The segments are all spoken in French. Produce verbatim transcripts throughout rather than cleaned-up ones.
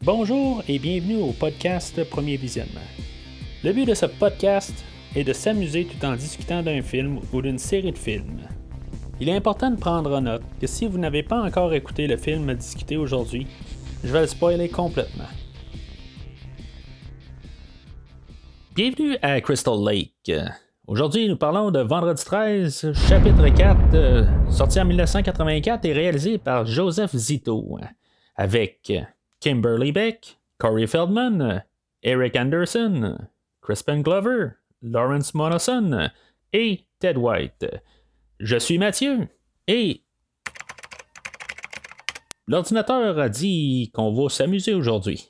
Bonjour et bienvenue au podcast Premier Visionnement. Le but de ce podcast est de s'amuser tout en discutant d'un film ou d'une série de films. Il est important de prendre en note que si vous n'avez pas encore écouté le film à discuter aujourd'hui, je vais le spoiler complètement. Bienvenue à Crystal Lake. Aujourd'hui, nous parlons de Vendredi treize, chapitre quatre, euh, sorti en dix-neuf cent quatre-vingt-quatre et réalisé par Joseph Zito, avec Kimberly Beck, Corey Feldman, Eric Anderson, Crispin Glover, Lawrence Monoson et Ted White. Je suis Mathieu et l'ordinateur a dit qu'on va s'amuser aujourd'hui.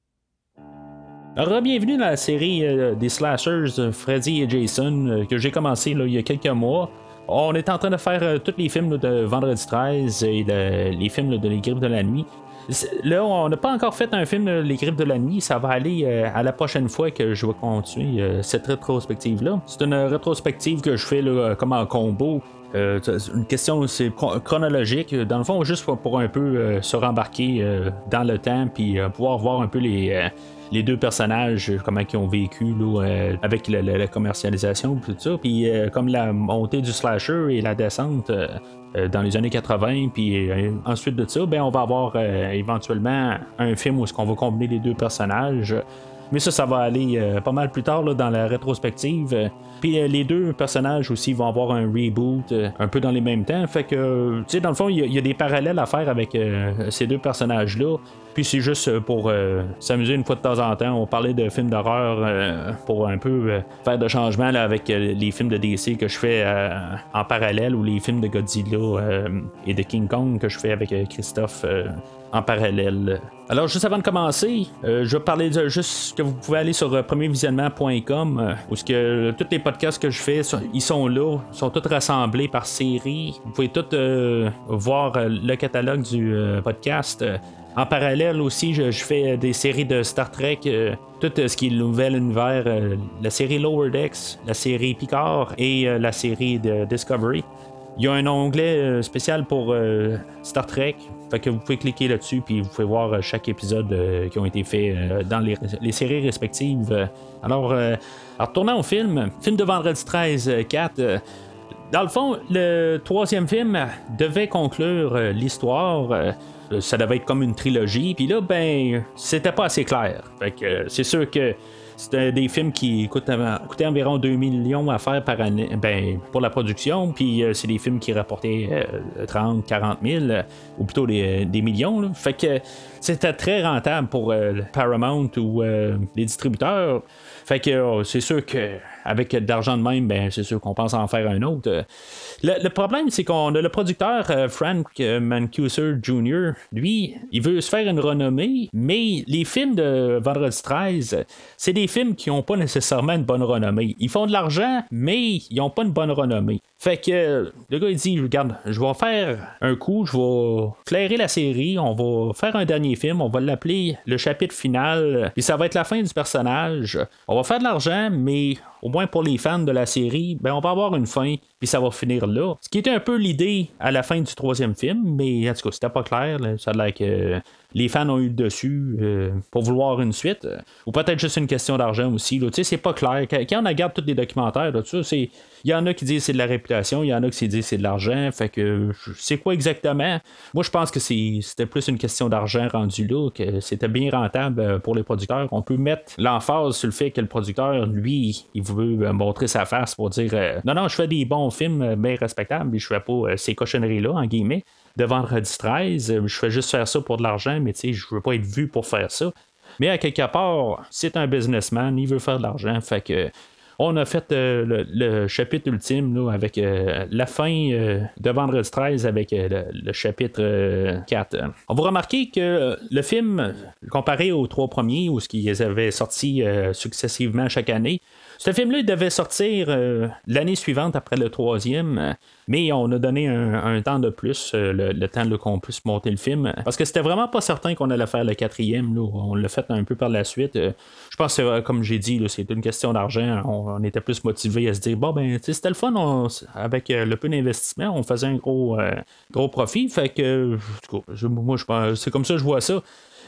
Alors, bienvenue dans la série euh, des slashers Freddy et Jason euh, que j'ai commencé là, il y a quelques mois. On est en train de faire euh, tous les films là, de Vendredi treize et de, les films là, de Les Griffes de la Nuit. Là, on n'a pas encore fait un film euh, Les Griffes de la Nuit. Ça va aller euh, à la prochaine fois que je vais continuer euh, cette rétrospective-là. C'est une rétrospective que je fais là, comme en combo. Euh, une question c'est chronologique, dans le fond, juste pour, pour un peu euh, se rembarquer euh, dans le temps puis euh, pouvoir voir un peu les, euh, les deux personnages, comment ils ont vécu là, euh, avec la, la, la commercialisation et tout ça, puis euh, comme la montée du slasher et la descente euh, euh, dans les années quatre-vingt, puis euh, ensuite de ça, ben, on va avoir euh, éventuellement un film où est-ce qu'on va combiner les deux personnages. Mais ça, ça va aller euh, pas mal plus tard là, dans la rétrospective. Puis euh, les deux personnages aussi vont avoir un reboot euh, un peu dans les mêmes temps. Fait que, tu sais, dans le fond, il y, y a des parallèles à faire avec euh, ces deux personnages-là. Puis c'est juste pour euh, s'amuser une fois de temps en temps. On parlait de films d'horreur euh, pour un peu euh, faire de changements là, avec euh, les films de D C que je fais euh, en parallèle ou les films de Godzilla euh, et de King Kong que je fais avec euh, Christophe euh, en parallèle. Alors, juste avant de commencer, euh, je vais parler de juste que vous pouvez aller sur euh, premier visionnement point com euh, où ce que euh, tous les podcasts que je fais, sont, ils sont là, sont tous rassemblés par série. Vous pouvez tous euh, voir euh, le catalogue du euh, podcast. En parallèle aussi, je, je fais des séries de Star Trek, euh, tout euh, ce qui est le nouvel univers, euh, la série Lower Decks, la série Picard et euh, la série de Discovery. Il y a un onglet euh, spécial pour euh, Star Trek, fait que vous pouvez cliquer là-dessus puis vous pouvez voir euh, chaque épisode euh, qui ont été faits euh, dans les, les séries respectives. Alors, euh, alors, retournons au film, film de Vendredi treize quatre. Euh, dans le fond, le troisième film devait conclure euh, l'histoire. Euh, ça devait être comme une trilogie. Puis là, ben, c'était pas assez clair. Fait que euh, c'est sûr que c'était des films qui coûtent, coûtaient environ deux millions à faire par année, ben, pour la production. Puis euh, c'est des films qui rapportaient euh, trente, quarante mille, euh, ou plutôt des, des millions. Là. Fait que c'était très rentable pour euh, Paramount ou euh, les distributeurs. Fait que euh, c'est sûr que avec de l'argent de même, ben, c'est sûr qu'on pense en faire un autre. Le, le problème, c'est qu'on a le producteur euh, Frank Mancuser junior Lui, il veut se faire une renommée, mais les films de Vendredi treize, c'est des films qui n'ont pas nécessairement une bonne renommée. Ils font de l'argent, mais ils n'ont pas une bonne renommée. Fait que le gars, il dit, regarde, je vais faire un coup, je vais flairer la série, on va faire un dernier film, on va l'appeler le chapitre final, puis ça va être la fin du personnage. On va faire de l'argent, mais au moins pour les fans de la série, ben on va avoir une fin, puis ça va finir là. Ce qui était un peu l'idée à la fin du troisième film, mais en tout cas, c'était pas clair. Là. Ça a l'air que les fans ont eu le dessus euh, pour vouloir une suite. Euh, ou peut-être juste une question d'argent aussi. Tu sais, c'est pas clair. Quand, quand on regarde tous les documentaires, là, ça, c'est. Il y en a qui disent que c'est de la réputation, il y en a qui disent que c'est de l'argent. Fait que c'est quoi exactement? Moi, je pense que c'est, c'était plus une question d'argent rendu là, que c'était bien rentable pour les producteurs. On peut mettre l'emphase sur le fait que le producteur, lui, il veut montrer sa face pour dire euh, non, non, je fais des bons films bien respectables, mais je fais pas euh, ces cochonneries-là, en guillemets, de Vendredi treize. Je fais juste faire ça pour de l'argent, mais tu sais, je veux pas être vu pour faire ça. Mais à quelque part, c'est un businessman, il veut faire de l'argent, fait que on a fait euh, le, le chapitre ultime là, avec euh, la fin euh, de Vendredi treize avec euh, le, le chapitre euh, quatre. On va remarquer que le film, comparé aux trois premiers, où ils avaient sorti euh, successivement chaque année, ce film-là, il devait sortir euh, l'année suivante après le troisième, mais on a donné un, un temps de plus, euh, le, le temps là, qu'on puisse monter le film, parce que c'était vraiment pas certain qu'on allait faire le quatrième. Là. On l'a fait un peu par la suite. Euh, je pense que, comme j'ai dit, là, c'est une question d'argent. On, on était plus motivé à se dire, bon, ben, c'était le fun, on, avec euh, le peu d'investissement, on faisait un gros, euh, gros profit. Fait que, je, moi, je, c'est comme ça que je vois ça.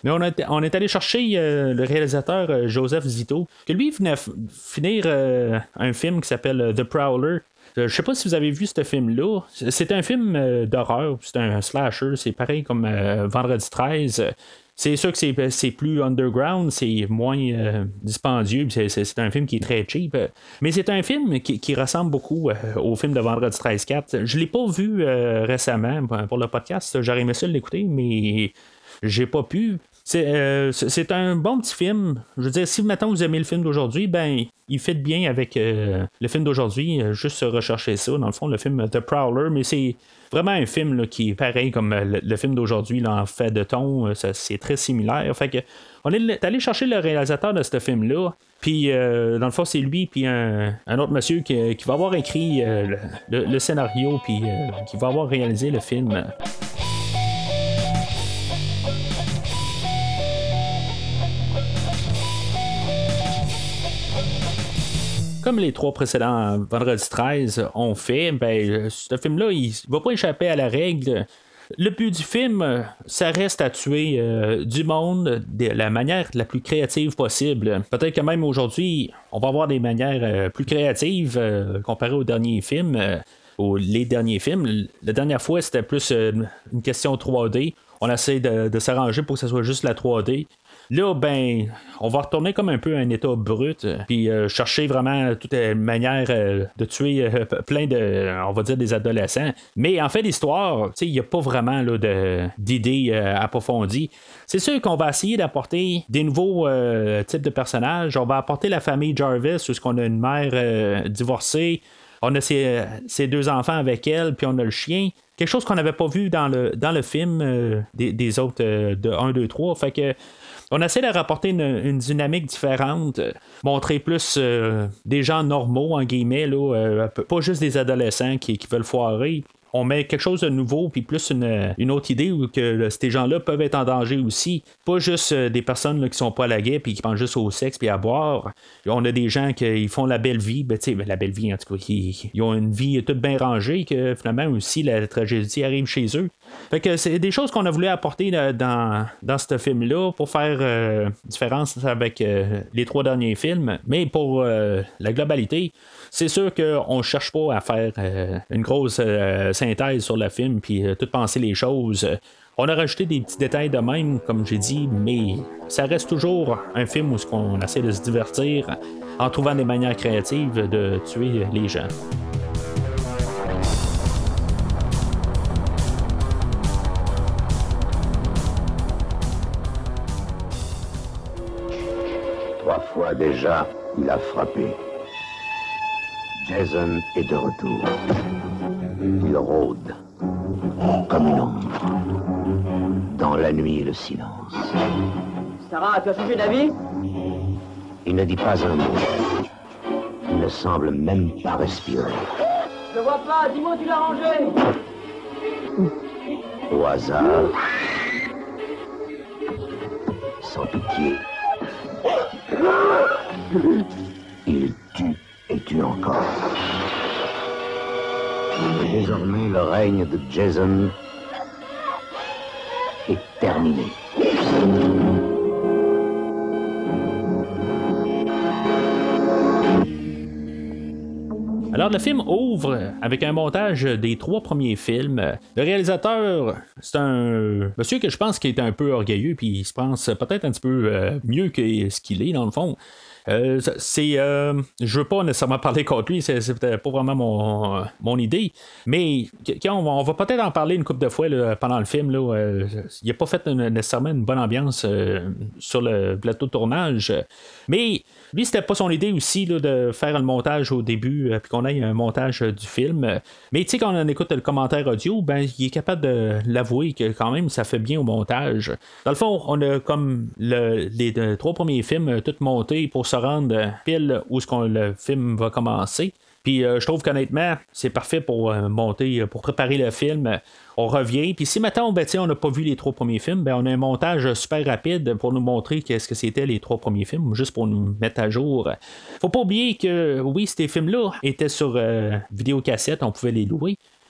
Mais on, a, on est allé chercher euh, le réalisateur euh, Joseph Zito, que lui venait f- finir euh, un film qui s'appelle The Prowler. Je sais pas si vous avez vu ce film-là. C'est un film euh, d'horreur, c'est un slasher, c'est pareil comme euh, Vendredi treize. C'est sûr que c'est, c'est plus underground, c'est moins euh, dispendieux, c'est, c'est, c'est un film qui est très cheap. Mais c'est un film qui, qui ressemble beaucoup euh, au film de Vendredi treize quatre. Je l'ai pas vu euh, récemment pour le podcast, j'aurais aimé ça l'écouter, mais j'ai pas pu. C'est, euh, c'est un bon petit film. Je veux dire, si maintenant vous aimez le film d'aujourd'hui, ben il fait bien avec euh, le film d'aujourd'hui. Juste rechercher ça, dans le fond, le film The Prowler, mais c'est vraiment un film là, qui est pareil comme le, le film d'aujourd'hui, là, en fait de ton. Ça, c'est très similaire. Fait que on est allé chercher le réalisateur de ce film-là. Puis, euh, dans le fond, c'est lui, puis un, un autre monsieur qui, qui va avoir écrit euh, le, le scénario, puis euh, qui va avoir réalisé le film. Comme les trois précédents Vendredi treize ont fait, ben, ce film-là, il ne va pas échapper à la règle. Le but du film, ça reste à tuer euh, du monde de la manière la plus créative possible. Peut-être que même aujourd'hui, on va avoir des manières euh, plus créatives euh, comparées aux derniers films, euh, aux les derniers films. La dernière fois, c'était plus euh, une question trois D. On essaie de, de s'arranger pour que ce soit juste la trois D. Là, ben, on va retourner comme un peu à un état brut, puis euh, chercher vraiment toute une manière euh, de tuer euh, plein de, on va dire, des adolescents. Mais en fait, l'histoire, tu sais, il n'y a pas vraiment là, de, d'idées euh, approfondies. C'est sûr qu'on va essayer d'apporter des nouveaux euh, types de personnages. On va apporter la famille Jarvis, où on a une mère euh, divorcée. On a ses, ses deux enfants avec elle, puis on a le chien. Quelque chose qu'on n'avait pas vu dans le, dans le film euh, des, des autres euh, de un, deux, trois. Fait que on essaie de rapporter une, une dynamique différente, euh, montrer plus euh, des gens normaux, en guillemets, là, euh, pas juste des adolescents qui, qui veulent foirer. On met quelque chose de nouveau, puis plus une, une autre idée où que là, ces gens-là peuvent être en danger aussi. Pas juste euh, des personnes là, qui sont pas à la guerre puis qui pensent juste au sexe puis à boire. On a des gens qui font la belle vie, ben, ben, la belle vie en tout cas, qui, ils ont une vie toute bien rangée, que finalement aussi la tragédie arrive chez eux. Fait que c'est des choses qu'on a voulu apporter là, dans, dans ce film-là pour faire euh, différence avec euh, les trois derniers films. Mais pour euh, la globalité, c'est sûr qu'on ne cherche pas à faire euh, une grosse euh, synthèse sur le film puis euh, tout penser les choses. On a rajouté des petits détails de même, comme j'ai dit, mais ça reste toujours un film où on essaie de se divertir en trouvant des manières créatives de tuer les gens. Trois fois déjà, il a frappé. Jason est de retour. Il rôde comme une ombre dans la nuit et le silence. Sarah, tu as changé d'avis? Il ne dit pas un mot. Il ne semble même pas respirer. Je le vois pas, dis-moi où tu l'as rangé. Au hasard, sans pitié, il tue et tue encore. Et désormais, le règne de Jason est terminé. Alors, le film ouvre avec un montage des trois premiers films. Le réalisateur, c'est un monsieur que je pense qui est un peu orgueilleux, puis il se pense peut-être un petit peu euh, mieux que ce qu'il est, dans le fond. Euh, c'est, euh, je veux pas nécessairement parler contre lui, c'est, c'est peut-être pas vraiment mon, mon idée, mais quand on va, on va peut-être en parler une couple de fois là, pendant le film. Là, euh, il n'a pas fait une, nécessairement une bonne ambiance euh, sur le plateau de tournage, mais lui, c'était pas son idée aussi là, de faire le montage au début, euh, puis qu'on ait un montage euh, du film. Mais tu sais, quand on écoute le commentaire audio, ben, il est capable de l'avouer que quand même, ça fait bien au montage. Dans le fond, on a comme le, les, les trois premiers films euh, tout montés pour se rendre pile où ce qu'on, le film va commencer. Puis euh, je trouve qu'honnêtement, c'est parfait pour euh, monter, pour préparer le film. On revient. Puis si maintenant ben, on n'a pas vu les trois premiers films, ben, on a un montage super rapide pour nous montrer qu'est-ce que c'était les trois premiers films, juste pour nous mettre à jour. Faut pas oublier que oui, ces films-là étaient sur euh, vidéocassette, on pouvait les louer.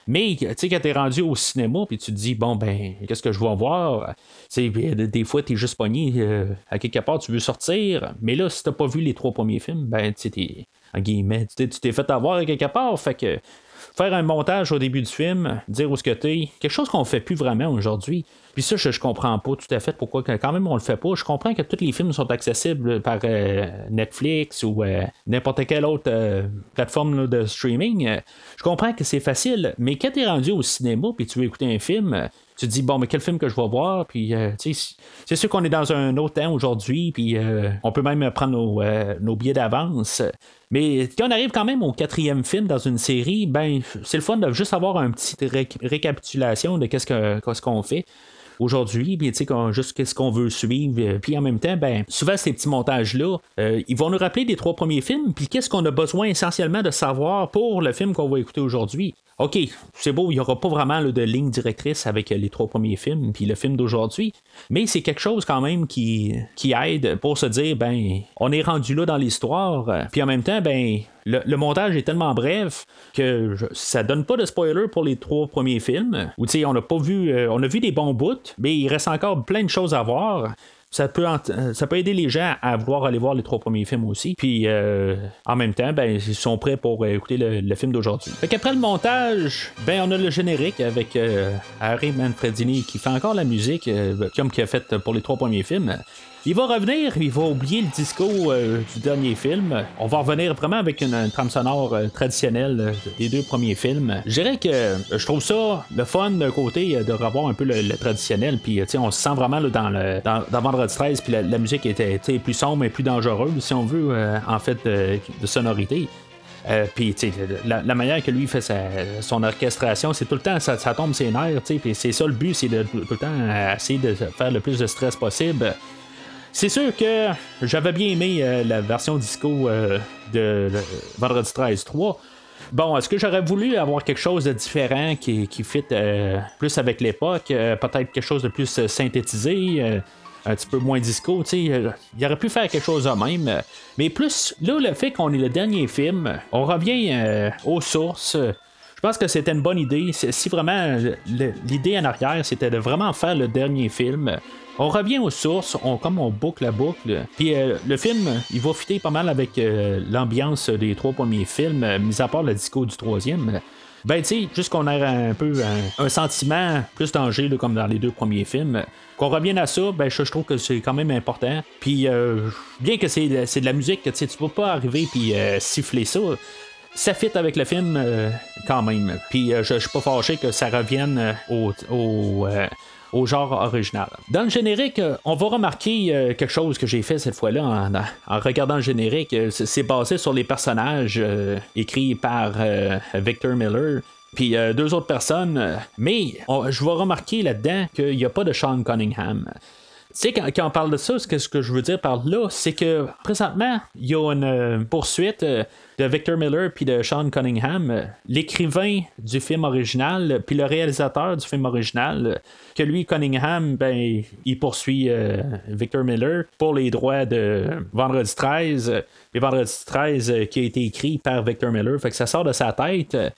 Mais tu sais, quand t'es rendu au cinéma, puis tu te dis, bon, ben, qu'est-ce que je vais voir? T'sais, des fois, t'es juste pogné euh, à quelque part, tu veux sortir. Mais là, si t'as pas vu les trois premiers films, ben, tu sais, t'es, en guillemets, tu t'es fait avoir à quelque part. Fait que faire un montage au début du film, dire où ce que t'es, quelque chose qu'on fait plus vraiment aujourd'hui. Puis ça, je, je comprends pas tout à fait pourquoi quand même on le fait pas. Je comprends que tous les films sont accessibles par euh, Netflix ou euh, n'importe quelle autre euh, plateforme là, de streaming. Je comprends que c'est facile, mais quand t'es rendu au cinéma puis tu veux écouter un film, tu te dis, bon, mais quel film que je vais voir? Puis, euh, tu sais, c'est sûr qu'on est dans un autre temps aujourd'hui, puis euh, on peut même prendre nos, euh, nos billets d'avance. Mais quand on arrive quand même au quatrième film dans une série, ben, c'est le fun de juste avoir une petite ré- récapitulation de qu'est-ce, que, qu'est-ce qu'on fait aujourd'hui, puis tu sais, juste qu'est-ce qu'on veut suivre, puis en même temps, ben, souvent ces petits montages-là, euh, ils vont nous rappeler des trois premiers films, puis qu'est-ce qu'on a besoin essentiellement de savoir pour le film qu'on va écouter aujourd'hui. OK, c'est beau, il n'y aura pas vraiment là, de ligne directrice avec les trois premiers films, puis le film d'aujourd'hui, mais c'est quelque chose quand même qui, qui aide pour se dire, ben, on est rendu là dans l'histoire, puis en même temps, ben, le, le montage est tellement bref que je, ça donne pas de spoiler pour les trois premiers films, où tu sais, on n'a pas vu, euh, on a vu des bons bouts, mais il reste encore plein de choses à voir. Ça peut, ça peut aider les gens à vouloir aller voir les trois premiers films aussi. Puis euh, en même temps, ben, ils sont prêts pour écouter le, le film d'aujourd'hui. Fait qu'après le montage, ben, on a le générique avec euh, Harry Manfredini qui fait encore la musique, euh, comme qu'il a fait pour les trois premiers films. Il va revenir, il va oublier le disco euh, du dernier film. On va revenir vraiment avec une, une trame sonore euh, traditionnelle euh, des deux premiers films. Je dirais que euh, je trouve ça le fun d'un côté euh, de revoir un peu le, le traditionnel. Puis on se sent vraiment là, dans, le, dans, dans Vendredi treize. Puis la, la musique était plus sombre et plus dangereuse, si on veut, euh, en fait, de, de sonorité. Euh, puis, tu sais, la, la manière que lui fait sa, son orchestration, c'est tout le temps, ça, ça tombe ses nerfs, tu sais, puis c'est ça le but, c'est de tout le temps essayer de faire le plus de stress possible. C'est sûr que j'avais bien aimé euh, la version disco euh, de, de Vendredi treize trois. Bon, est-ce que j'aurais voulu avoir quelque chose de différent qui, qui fit euh, plus avec l'époque, euh, peut-être quelque chose de plus euh, synthétisé, euh, un petit peu moins disco, tu sais, euh, il aurait pu faire quelque chose de même. Euh, mais plus, là, le fait qu'on est le dernier film, on revient euh, aux sources. Je pense que c'était une bonne idée. Si vraiment le, l'idée en arrière, c'était de vraiment faire le dernier film, on revient aux sources, on, comme on boucle la boucle. Puis euh, le film, il va fitter pas mal avec euh, l'ambiance des trois premiers films, euh, mis à part le disco du troisième. Ben, tu sais, juste qu'on ait un peu un, un sentiment plus danger, là, comme dans les deux premiers films. Qu'on revienne à ça, ben, je, je trouve que c'est quand même important. Puis, euh, bien que c'est, c'est de la musique, tu sais, tu peux pas arriver puis euh, siffler ça. Ça fit avec le film euh, quand même. Puis, euh, je, je suis pas fâché que ça revienne euh, au. au euh, au genre original. Dans le générique, on va remarquer euh, quelque chose que j'ai fait cette fois-là en, en regardant le générique. C'est basé sur les personnages euh, écrits par euh, Victor Miller. Puis euh, deux autres personnes. Mais on, je vais remarquer là-dedans qu'il n'y a pas de Sean Cunningham. Tu sais, quand, quand on parle de ça, ce que, ce que je veux dire par là, c'est que présentement, il y a une euh, poursuite euh, de Victor Miller puis de Sean Cunningham, euh, l'écrivain du film original, puis le réalisateur du film original, euh, que lui, Cunningham, ben, il poursuit euh, Victor Miller pour les droits de Vendredi treize, euh, et Vendredi treize euh, qui a été écrit par Victor Miller, fait que ça sort de sa tête. Euh,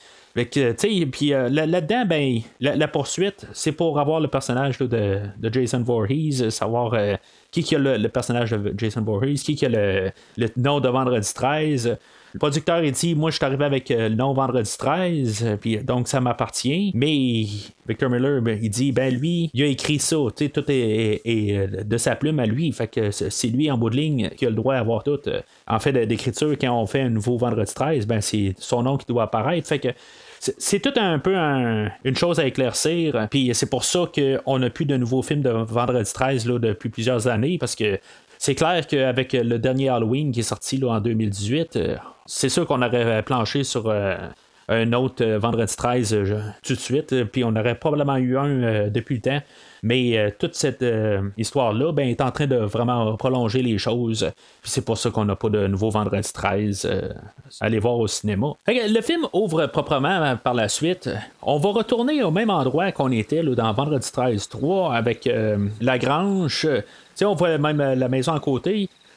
Puis euh, là-dedans, ben, la, la poursuite, c'est pour avoir le personnage là, de, de Jason Voorhees, savoir euh, qui, qui a le, le personnage de Jason Voorhees, qui, qui a le, le nom de Vendredi treize. Le producteur il dit, moi je suis arrivé avec euh, le nom Vendredi treize, puis donc ça m'appartient. Mais Victor Miller, ben, il dit, ben lui, il a écrit ça, tout est, est, est de sa plume à lui, fait que c'est lui en bout de ligne qui a le droit à avoir tout. En fait d'écriture, quand on fait un nouveau Vendredi treize, ben c'est son nom qui doit apparaître, fait que c'est tout un peu un, une chose à éclaircir. Puis c'est pour ça qu'on n'a plus de nouveaux films de Vendredi treize là, depuis plusieurs années. Parce que c'est clair qu'avec le dernier Halloween qui est sorti là, en deux mille dix-huit, euh, c'est sûr qu'on aurait planché sur euh, un autre euh, Vendredi treize euh, tout de suite. Euh, puis on aurait probablement eu un euh, depuis le temps. Mais euh, toute cette euh, histoire-là ben, est en train de vraiment prolonger les choses. Puis c'est pour ça qu'on n'a pas de nouveau Vendredi treize euh, à aller voir au cinéma. Fait que le film ouvre proprement par la suite. On va retourner au même endroit qu'on était là, dans Vendredi treize trois avec euh, la grange. T'sais, on voit même la maison à côté.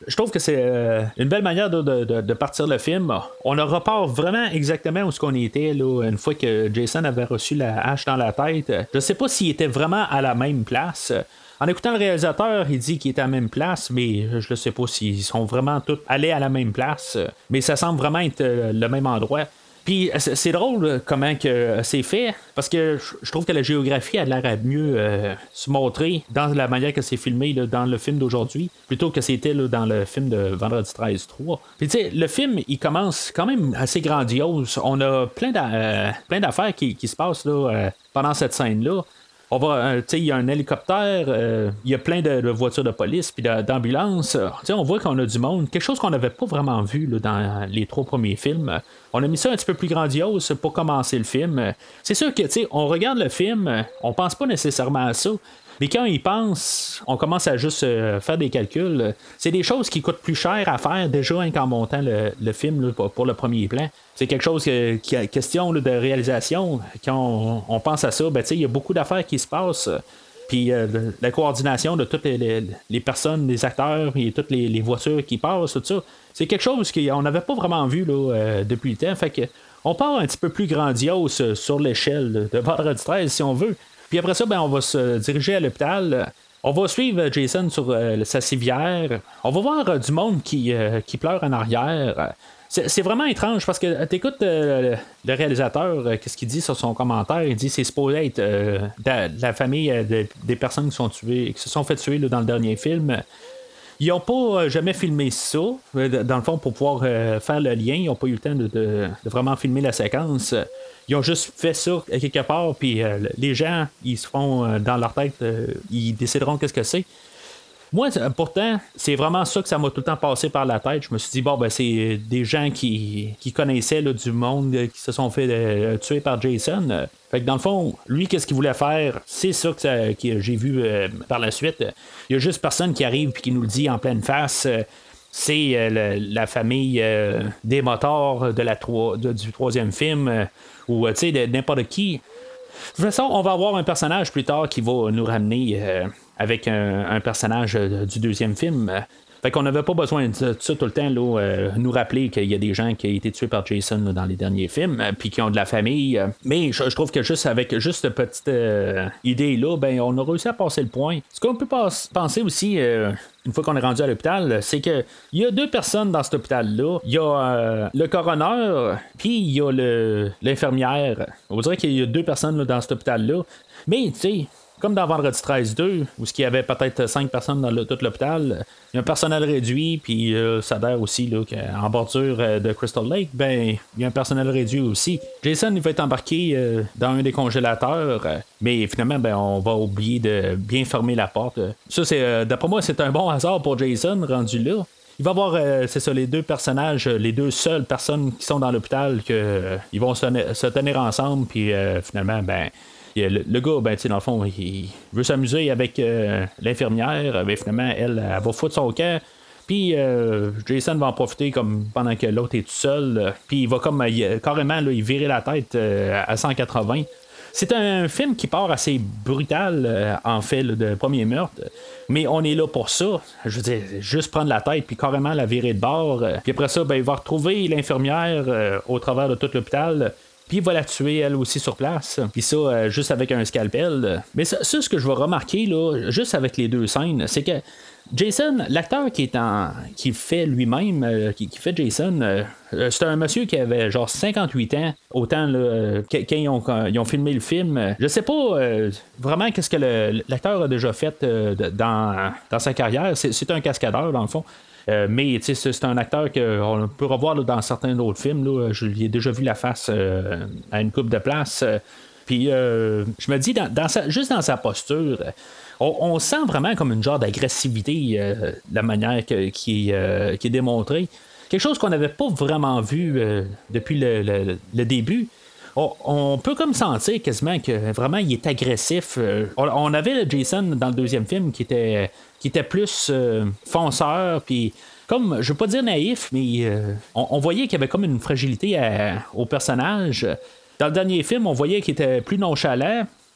je trouve que c'est euh, une belle manière de, de, de, de partir le film. On ne repart vraiment exactement où ce qu'on était là, une fois que Jason avait reçu la hache dans la tête. Je sais pas s'il était vraiment à la même place. En écoutant le réalisateur, il dit qu'il était à la même place, mais je ne sais pas s'ils sont vraiment tous allés à la même place. Mais ça semble vraiment être le même endroit. Puis c'est drôle comment que c'est fait, parce que je trouve que la géographie a l'air à mieux euh, se montrer dans la manière que c'est filmé là, dans le film d'aujourd'hui, plutôt que c'était là, dans le film de Vendredi treize trois. Puis tu sais, le film, il commence quand même assez grandiose. On a plein d'a- euh, plein d'affaires qui, qui se passent là, euh, pendant cette scène-là. On va, euh, tu sais, il y a un hélicoptère, euh, il y a plein de, de voitures de police puis de, d'ambulances. Tu sais, on voit qu'on a du monde, quelque chose qu'on n'avait pas vraiment vu là, dans les trois premiers films. On a mis ça un petit peu plus grandiose pour commencer le film. C'est sûr que, tu sais, on regarde le film, on pense pas nécessairement à ça. Mais quand il pense, on commence à juste euh, faire des calculs. C'est des choses qui coûtent plus cher à faire déjà hein, qu'en montant le, le film là, pour, pour le premier plan. C'est quelque chose que, qui a question là, de réalisation. Quand on, on pense à ça, ben, il y a beaucoup d'affaires qui se passent. Puis euh, la coordination de toutes les, les, les personnes, les acteurs et toutes les, les voitures qui passent, tout ça. C'est quelque chose qu'on n'avait pas vraiment vu là, euh, depuis le temps. Fait que on part un petit peu plus grandiose sur l'échelle de Vendredi treize si on veut. Puis après ça, ben, on va se diriger à l'hôpital. On va suivre Jason sur euh, sa civière. On va voir euh, du monde qui, euh, qui pleure en arrière. C'est, c'est vraiment étrange parce que t'écoutes euh, le réalisateur, euh, qu'est-ce qu'il dit sur son commentaire. Il dit que c'est supposé être euh, de, de la famille euh, de, des personnes qui sont tuées, qui se sont fait tuer là, dans le dernier film. Ils n'ont pas euh, jamais filmé ça, euh, dans le fond, pour pouvoir euh, faire le lien. Ils n'ont pas eu le temps de, de, de vraiment filmer la séquence. Ils ont juste fait ça quelque part, puis euh, les gens, ils se font euh, dans leur tête, euh, ils décideront qu'est-ce que c'est. Moi, pourtant, c'est vraiment ça que ça m'a tout le temps passé par la tête. Je me suis dit, bon, ben, c'est des gens qui, qui connaissaient là, du monde, qui se sont fait euh, tuer par Jason. Fait que dans le fond, lui, qu'est-ce qu'il voulait faire? C'est ça que, ça, que j'ai vu euh, par la suite. Il y a juste personne qui arrive et qui nous le dit en pleine face. Euh, c'est euh, le, la famille euh, des motards de la tro- de, du troisième film, euh, ou tu sais, de n'importe qui. De toute façon, on va avoir un personnage plus tard qui va nous ramener euh, avec un, un personnage euh, du deuxième film. Fait qu'on n'avait pas besoin de ça tout le temps, là, euh, nous rappeler qu'il y a des gens qui ont été tués par Jason là, dans les derniers films, euh, puis qui ont de la famille. Euh, mais je, je trouve que juste avec juste cette petite euh, idée-là, ben, on a réussi à passer le point. Ce qu'on peut pas, penser aussi, euh, une fois qu'on est rendu à l'hôpital, c'est que il y a deux personnes dans cet hôpital-là. Il y a euh, le coroner, puis il y a le, l'infirmière. On dirait qu'il y a deux personnes là, dans cet hôpital-là. Mais, tu sais, comme dans Vendredi treize deux, où il y avait peut-être cinq personnes dans le, tout l'hôpital, il y a un personnel réduit, puis euh, ça a l'air aussi là, qu'en bordure euh, de Crystal Lake, ben il y a un personnel réduit aussi. Jason il va être embarqué euh, dans un des congélateurs, euh, mais finalement ben on va oublier de bien fermer la porte. Ça c'est euh, d'après moi c'est un bon hasard pour Jason rendu là. Il va y avoir, euh, c'est ça, les deux personnages, les deux seules personnes qui sont dans l'hôpital, que euh, ils vont se tenir, se tenir ensemble, puis euh, finalement ben Le, le gars, ben, tu sais, dans le fond, il, il veut s'amuser avec euh, l'infirmière, mais finalement, elle, elle va foutre son camp. Puis euh, Jason va en profiter comme pendant que l'autre est tout seul. Euh, Puis il va comme il, carrément là, il virer la tête euh, à cent quatre-vingts. C'est un film qui part assez brutal, euh, en fait, là, de premier meurtre. Mais on est là pour ça. Je veux dire, juste prendre la tête puis carrément la virer de bord. Euh, puis après ça, ben, il va retrouver l'infirmière euh, au travers de tout l'hôpital. Puis il va la tuer elle aussi sur place. Puis ça, euh, juste avec un scalpel. Mais ça, ça, ce que je vais remarquer, là, juste avec les deux scènes, c'est que Jason, l'acteur qui est en qui fait lui-même, euh, qui, qui fait Jason, euh, c'est un monsieur qui avait genre cinquante-huit ans, autant là, euh, quand ils ont, quand ils ont filmé le film. Je sais pas euh, vraiment qu'est-ce que le, l'acteur a déjà fait euh, dans, dans sa carrière. C'est, c'est un cascadeur, dans le fond. Euh, mais c'est, c'est un acteur qu'on peut revoir là, dans certains autres films. Là. Je lui ai déjà vu la face euh, à une coupe de place. Euh, Puis euh, je me dis, dans, dans sa, juste dans sa posture, on, on sent vraiment comme une genre d'agressivité, euh, la manière que, qui, euh, qui est démontrée. Quelque chose qu'on n'avait pas vraiment vu euh, depuis le, le, le début. On, on peut comme sentir quasiment que vraiment il est agressif. Euh, on, on avait Jason dans le deuxième film qui était, qui était plus euh, fonceur, puis comme, je veux pas dire naïf, mais euh, on, on voyait qu'il y avait comme une fragilité à, au personnage. Dans le dernier film, on voyait qu'il était plus nonchalant.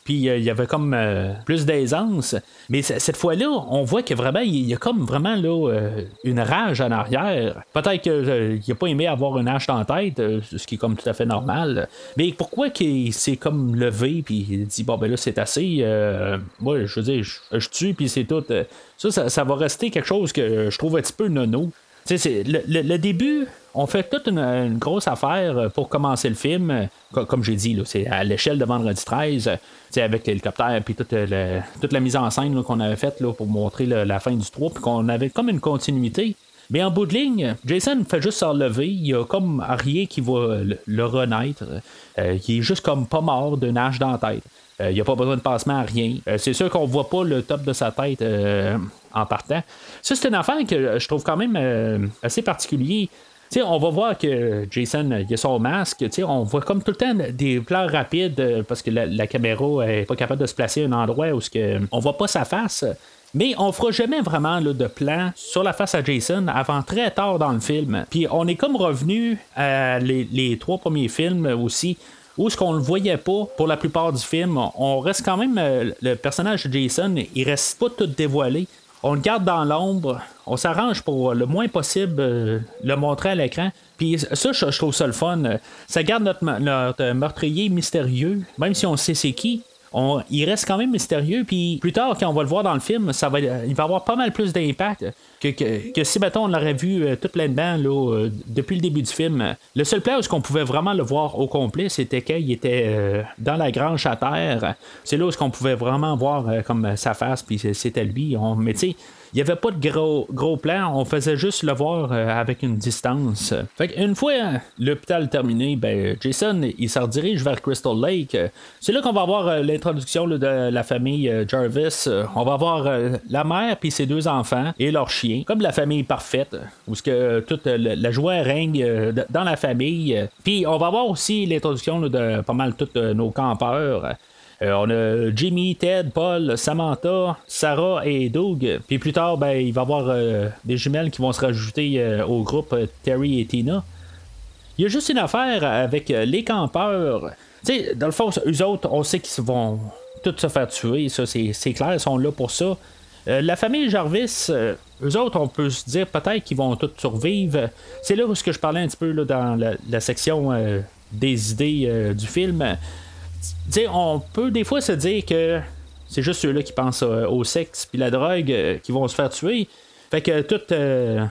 puis euh, il y avait comme euh, plus d'aisance. Mais c- cette fois-là, on voit que vraiment, il y a comme vraiment là, euh, une rage en arrière. Peut-être qu'il euh, n'a pas aimé avoir une hache dans la tête, euh, ce qui est comme tout à fait normal. Mais pourquoi qu'il s'est comme levé, puis il dit, bon, ben là, c'est assez. Euh, moi, je veux dire, je, je tue, puis c'est tout. Ça, ça, ça va rester quelque chose que je trouve un petit peu nono. Tu sais, c'est, le, le, le début, on fait toute une, une grosse affaire pour commencer le film. Comme, comme j'ai dit, là, c'est à l'échelle de Vendredi treize, tu sais, avec l'hélicoptère puis toute, le, toute la mise en scène là, qu'on avait faite là, pour montrer le, la fin du trois, puis qu'on avait comme une continuité. Mais en bout de ligne, Jason fait juste se relever. Il y a comme rien qui va le, le renaître. Euh, il est juste comme pas mort d'une hache dans la tête. Il euh, n'y a pas besoin de passement à rien. Euh, c'est sûr qu'on voit pas le top de sa tête euh, en partant. Ça, c'est une affaire que je trouve quand même euh, assez particulier. T'sais, on va voir que Jason il a son masque. On voit comme tout le temps des plans rapides euh, parce que la, la caméra n'est pas capable de se placer à un endroit où que, on voit pas sa face. Mais on fera jamais vraiment là, de plan sur la face à Jason avant très tard dans le film. Puis on est comme revenu à les, les trois premiers films aussi, où ce qu'on le voyait pas pour la plupart du film. On reste quand même, euh, le personnage de Jason, il reste pas tout dévoilé. On le garde dans l'ombre, on s'arrange pour le moins possible euh, le montrer à l'écran. Puis ça, je, je trouve ça le fun. Ça garde notre, notre meurtrier mystérieux, même si on sait c'est qui. On, il reste quand même mystérieux, puis plus tard, quand on va le voir dans le film, ça va, il va avoir pas mal plus d'impact que, que, que si, mettons, on l'aurait vu euh, tout pleinement là, euh, depuis le début du film. Le seul plan où on pouvait vraiment le voir au complet, c'était quand il était euh, dans la grange à terre. C'est là où on pouvait vraiment voir euh, comme sa face, puis c'était lui. On, mais tu sais, il n'y avait pas de gros, gros plan, on faisait juste le voir euh, avec une distance. Fait qu'une fois euh, l'hôpital terminé, ben, Jason il se redirige vers Crystal Lake. C'est là qu'on va avoir euh, l'introduction là, de la famille euh, Jarvis. On va avoir euh, la mère puis ses deux enfants et leur chien, comme la famille parfaite, où ce que euh, toute euh, la joie règne euh, dans la famille. Puis on va avoir aussi l'introduction là, de pas mal tous euh, nos campeurs. Euh, on a Jimmy, Ted, Paul, Samantha, Sarah et Doug. Puis plus tard, ben, il va y avoir euh, des jumelles qui vont se rajouter euh, au groupe euh, Terry et Tina. Il y a juste une affaire avec euh, les campeurs. Tu sais, dans le fond, eux autres, on sait qu'ils vont tous se faire tuer. Ça, c'est, c'est clair, ils sont là pour ça. Euh, la famille Jarvis, euh, eux autres, on peut se dire peut-être qu'ils vont tous survivre. C'est là où ce que je parlais un petit peu là, dans la, la section euh, des idées euh, du film. T'sais, on peut des fois se dire que c'est juste ceux-là qui pensent euh, au sexe puis la drogue euh, qui vont se faire tuer. Fait que tous euh,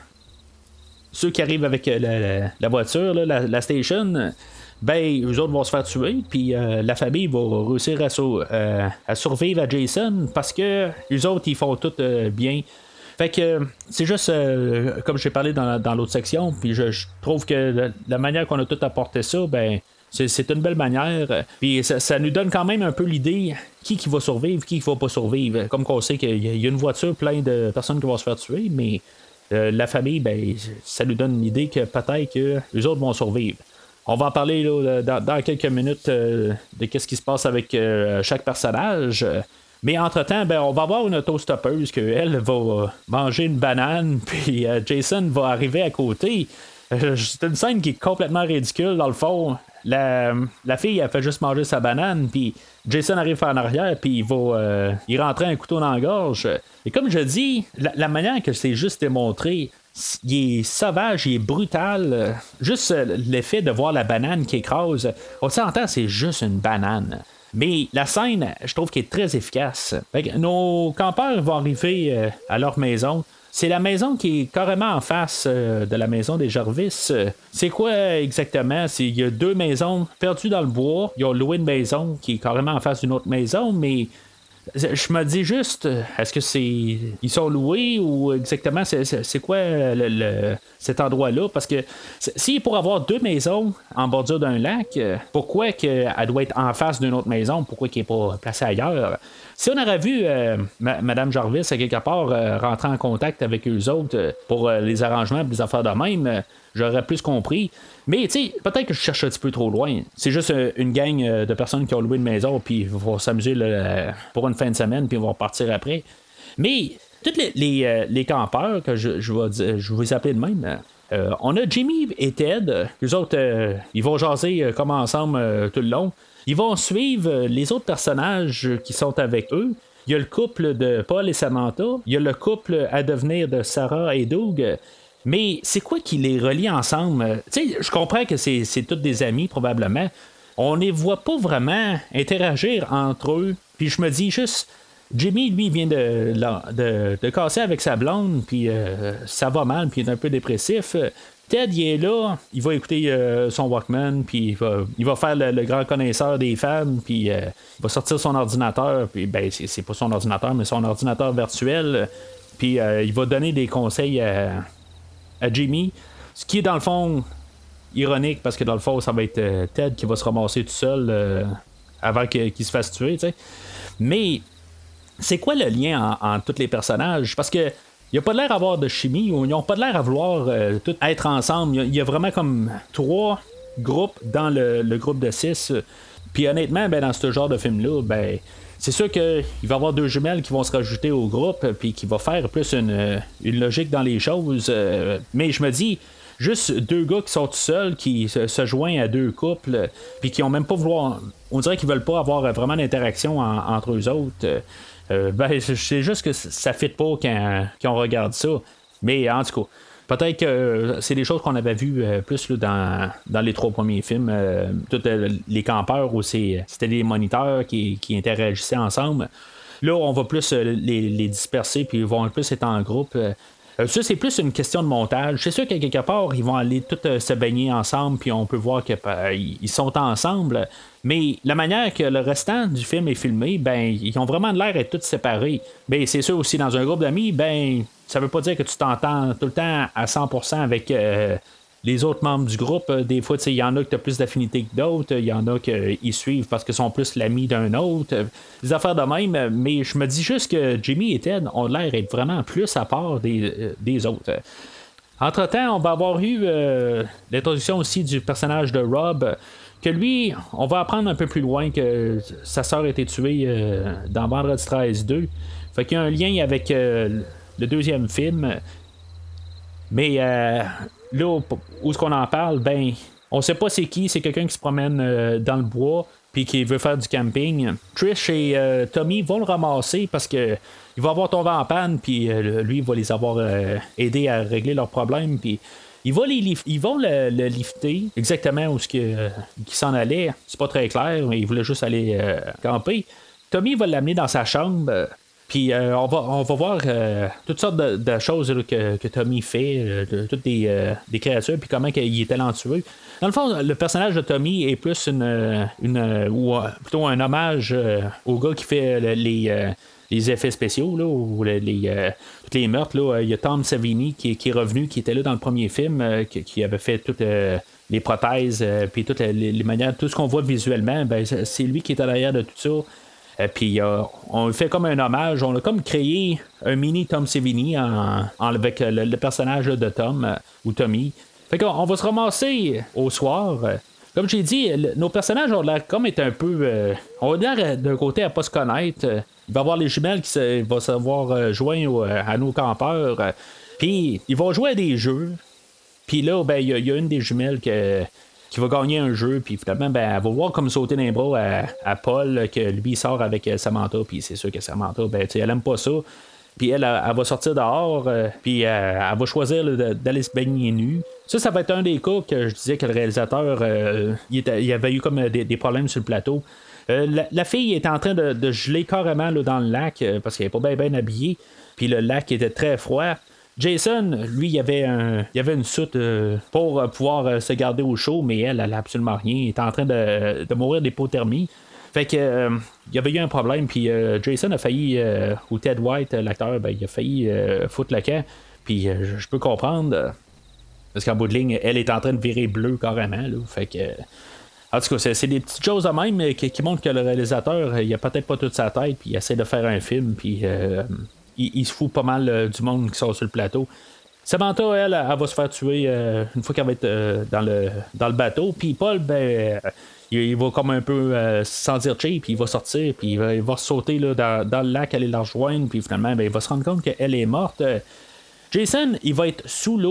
ceux qui arrivent avec euh, la, la, la voiture, là, la, la station, ben eux autres vont se faire tuer. Puis euh, la famille va réussir à, sur, euh, à survivre à Jason parce que les autres ils font tout euh, bien. Fait que c'est juste euh, comme j'ai parlé dans, dans l'autre section. Puis je, je trouve que la, la manière qu'on a tout apporté ça, ben C'est, c'est une belle manière. Puis ça, ça nous donne quand même un peu l'idée qui, qui va survivre, qui ne va pas survivre. Comme qu'on sait qu'il y a une voiture pleine de personnes qui vont se faire tuer, mais euh, la famille, ben, ça nous donne l'idée que peut-être que les autres vont survivre. On va en parler là, dans, dans quelques minutes euh, de ce qui se passe avec euh, chaque personnage. Mais entre-temps, ben, on va avoir une autostoppeuse qu'elle va manger une banane, puis euh, Jason va arriver à côté. Euh, c'est une scène qui est complètement ridicule dans le fond. La, la fille, elle fait juste manger sa banane, puis Jason arrive en arrière, puis il va euh, il rentrer un couteau dans la gorge. Et comme je dis, la, la manière que c'est juste démontré, il est sauvage, il est brutal. Juste l'effet de voir la banane qui écrase, on s'entend, c'est juste une banane. Mais la scène, je trouve qu'elle est très efficace. Fait que nos campeurs vont arriver euh, à leur maison. C'est la maison qui est carrément en face euh, de la maison des Jarvis. C'est quoi exactement? C'est, il y a deux maisons perdues dans le bois. Ils ont loué une maison qui est carrément en face d'une autre maison, mais je me dis juste, est-ce que c'est ils sont loués ou exactement c'est, c'est, c'est quoi le, le, cet endroit-là? Parce que si pour avoir deux maisons en bordure d'un lac, pourquoi qu'elle doit être en face d'une autre maison? Pourquoi qu'elle n'est pas placée ailleurs? Si on aurait vu euh, ma- Madame Jarvis à quelque part euh, rentrer en contact avec eux autres euh, pour euh, les arrangements, les affaires de même, euh, j'aurais plus compris. Mais tu sais, peut-être que je cherche un petit peu trop loin. C'est juste euh, une gang euh, de personnes qui ont loué une maison puis vont s'amuser là, pour une fin de semaine puis vont repartir après. Mais tous les, les, euh, les campeurs que je, je, vais, dire, je vais les appeler de même. Euh, on a Jimmy et Ted. Les autres, euh, ils vont jaser euh, comme ensemble euh, tout le long. Ils vont suivre les autres personnages qui sont avec eux. Il y a le couple de Paul et Samantha. Il y a le couple à devenir de Sarah et Doug. Mais c'est quoi qui les relie ensemble? Tu sais, je comprends que c'est, c'est tous des amis, probablement. On ne les voit pas vraiment interagir entre eux. Puis je me dis juste, Jimmy, lui, vient de, de, de casser avec sa blonde, puis euh, ça va mal, puis il est un peu dépressif. Ted, il est là, il va écouter euh, son Walkman, puis il va, il va faire le, le grand connaisseur des femmes, puis euh, il va sortir son ordinateur, puis ben, c'est, c'est pas son ordinateur, mais son ordinateur virtuel, puis euh, il va donner des conseils à, à Jimmy, ce qui est dans le fond ironique, parce que dans le fond, ça va être euh, Ted qui va se ramasser tout seul euh, avant que, qu'il se fasse tuer, tu sais. Mais c'est quoi le lien en, en tous les personnages? Parce que il n'y a pas l'air d'avoir de chimie, ils n'ont pas l'air à vouloir euh, tout être ensemble. Il y, y a vraiment comme trois groupes dans le, le groupe de six. Puis honnêtement, ben, dans ce genre de film-là, ben, c'est sûr qu'il va y avoir deux jumelles qui vont se rajouter au groupe, puis qui va faire plus une, une logique dans les choses. Euh, mais je me dis, juste deux gars qui sont tout seuls, qui se, se joignent à deux couples, puis qui ont même pas vouloir. On dirait qu'ils veulent pas avoir vraiment d'interaction en, entre eux autres. Euh, ben, c'est juste que ça ne fit pas quand, quand on regarde ça. Mais en tout cas, peut-être que c'est des choses qu'on avait vues euh, plus là, dans, dans les trois premiers films. Euh, tous euh, les campeurs où c'est, c'était des moniteurs qui, qui interagissaient ensemble. Là, on va plus euh, les, les disperser, puis ils vont plus être en groupe. Euh, ça, c'est plus une question de montage. C'est sûr qu'à quelque part, ils vont aller tous euh, se baigner ensemble, puis on peut voir qu'ils euh, sont ensemble. Mais la manière que le restant du film est filmé, ben, ils ont vraiment l'air d'être tous séparés. Ben, c'est sûr aussi, dans un groupe d'amis, ben, ça veut pas dire que tu t'entends tout le temps à cent pour cent avec euh, les autres membres du groupe. Des fois, il y en a qui ont plus d'affinité que d'autres. Il y en a qui suivent parce qu'ils sont plus l'ami d'un autre. Des affaires de même. Mais je me dis juste que Jimmy et Ted ont l'air d'être vraiment plus à part des, des autres. Entre-temps, on va avoir eu euh, l'introduction aussi du personnage de Rob, que lui, on va apprendre un peu plus loin que sa sœur a été tuée euh, dans Vendredi treize deux. Fait qu'il y a un lien avec euh, le deuxième film. Mais euh, là, où est-ce qu'on en parle? Ben, on sait pas c'est qui. C'est quelqu'un qui se promène euh, dans le bois puis qui veut faire du camping. Trish et euh, Tommy vont le ramasser parce que il va avoir tombé en panne, puis euh, lui, il va les avoir euh, aidés à régler leurs problèmes, puis ils vont, les lif- ils vont le, le lifter exactement où ce que, euh, qu'il s'en allait. C'est pas très clair, mais il voulait juste aller euh, camper. Tommy va l'amener dans sa chambre. Euh, Puis euh, on, va, on va voir euh, toutes sortes de, de choses là, que, que Tommy fait, euh, de, toutes des, euh, des créatures, puis comment il est talentueux. Dans le fond, le personnage de Tommy est plus une, une ou plutôt un hommage euh, au gars qui fait euh, les, euh, les effets spéciaux, là, ou les, les, euh, tous les meurtres. Là. Il y a Tom Savini qui, qui est revenu, qui était là dans le premier film, euh, qui, qui avait fait toutes euh, les prothèses, euh, puis toutes les, les manières, tout ce qu'on voit visuellement, ben, c'est lui qui est à l'arrière de tout ça. Euh, puis euh, on fait comme un hommage, on a comme créé un mini Tom Savini en, en, avec le, le personnage de Tom euh, ou Tommy. Fait qu'on on va se ramasser au soir. Euh, comme j'ai dit, le, nos personnages ont l'air comme être un peu. Euh, on a l'air d'un côté à pas se connaître. Euh, il va y avoir les jumelles qui se, vont savoir euh, joindre euh, à nos campeurs. Euh, puis ils vont jouer à des jeux. Puis là, ben il y, y a une des jumelles que. qui va gagner un jeu, puis finalement, ben, elle va voir comme sauter dans les bras à, à Paul, que lui, il sort avec Samantha, puis c'est sûr que Samantha, ben, elle aime pas ça. Puis elle, elle, elle va sortir dehors, euh, puis euh, elle va choisir là, d'aller se baigner nue. Ça, ça va être un des cas que je disais que le réalisateur, euh, il, était, il avait eu comme des, des problèmes sur le plateau. Euh, la, la fille était en train de, de geler carrément là, dans le lac, euh, parce qu'elle n'est pas bien bien habillée, puis le lac était très froid. Jason, lui, il y avait, un, il y avait une soute euh, pour euh, pouvoir euh, se garder au chaud, mais elle, elle n'a absolument rien. Elle était en train de, de mourir d'hypothermie. Fait que euh, il y avait eu un problème, puis euh, Jason a failli, euh, ou Ted White, l'acteur, ben, il a failli euh, foutre le camp. Puis euh, je peux comprendre, euh, parce qu'en bout de ligne, elle est en train de virer bleu carrément. Là, fait que. En tout cas, c'est, c'est des petites choses de même qui, qui montrent que le réalisateur, il a peut-être pas toute sa tête, puis il essaie de faire un film, puis. Euh, Il, il se fout pas mal euh, du monde qui sort sur le plateau. Samantha, elle, elle, elle va se faire tuer euh, une fois qu'elle va être euh, dans, le, dans le bateau. Puis Paul, ben, euh, il, il va comme un peu euh, s'en dire cheap, puis il va sortir, puis il va, il va sauter là, dans, dans le lac, aller la rejoindre, puis finalement, ben, il va se rendre compte qu'elle est morte. Jason, il va être sous l'eau,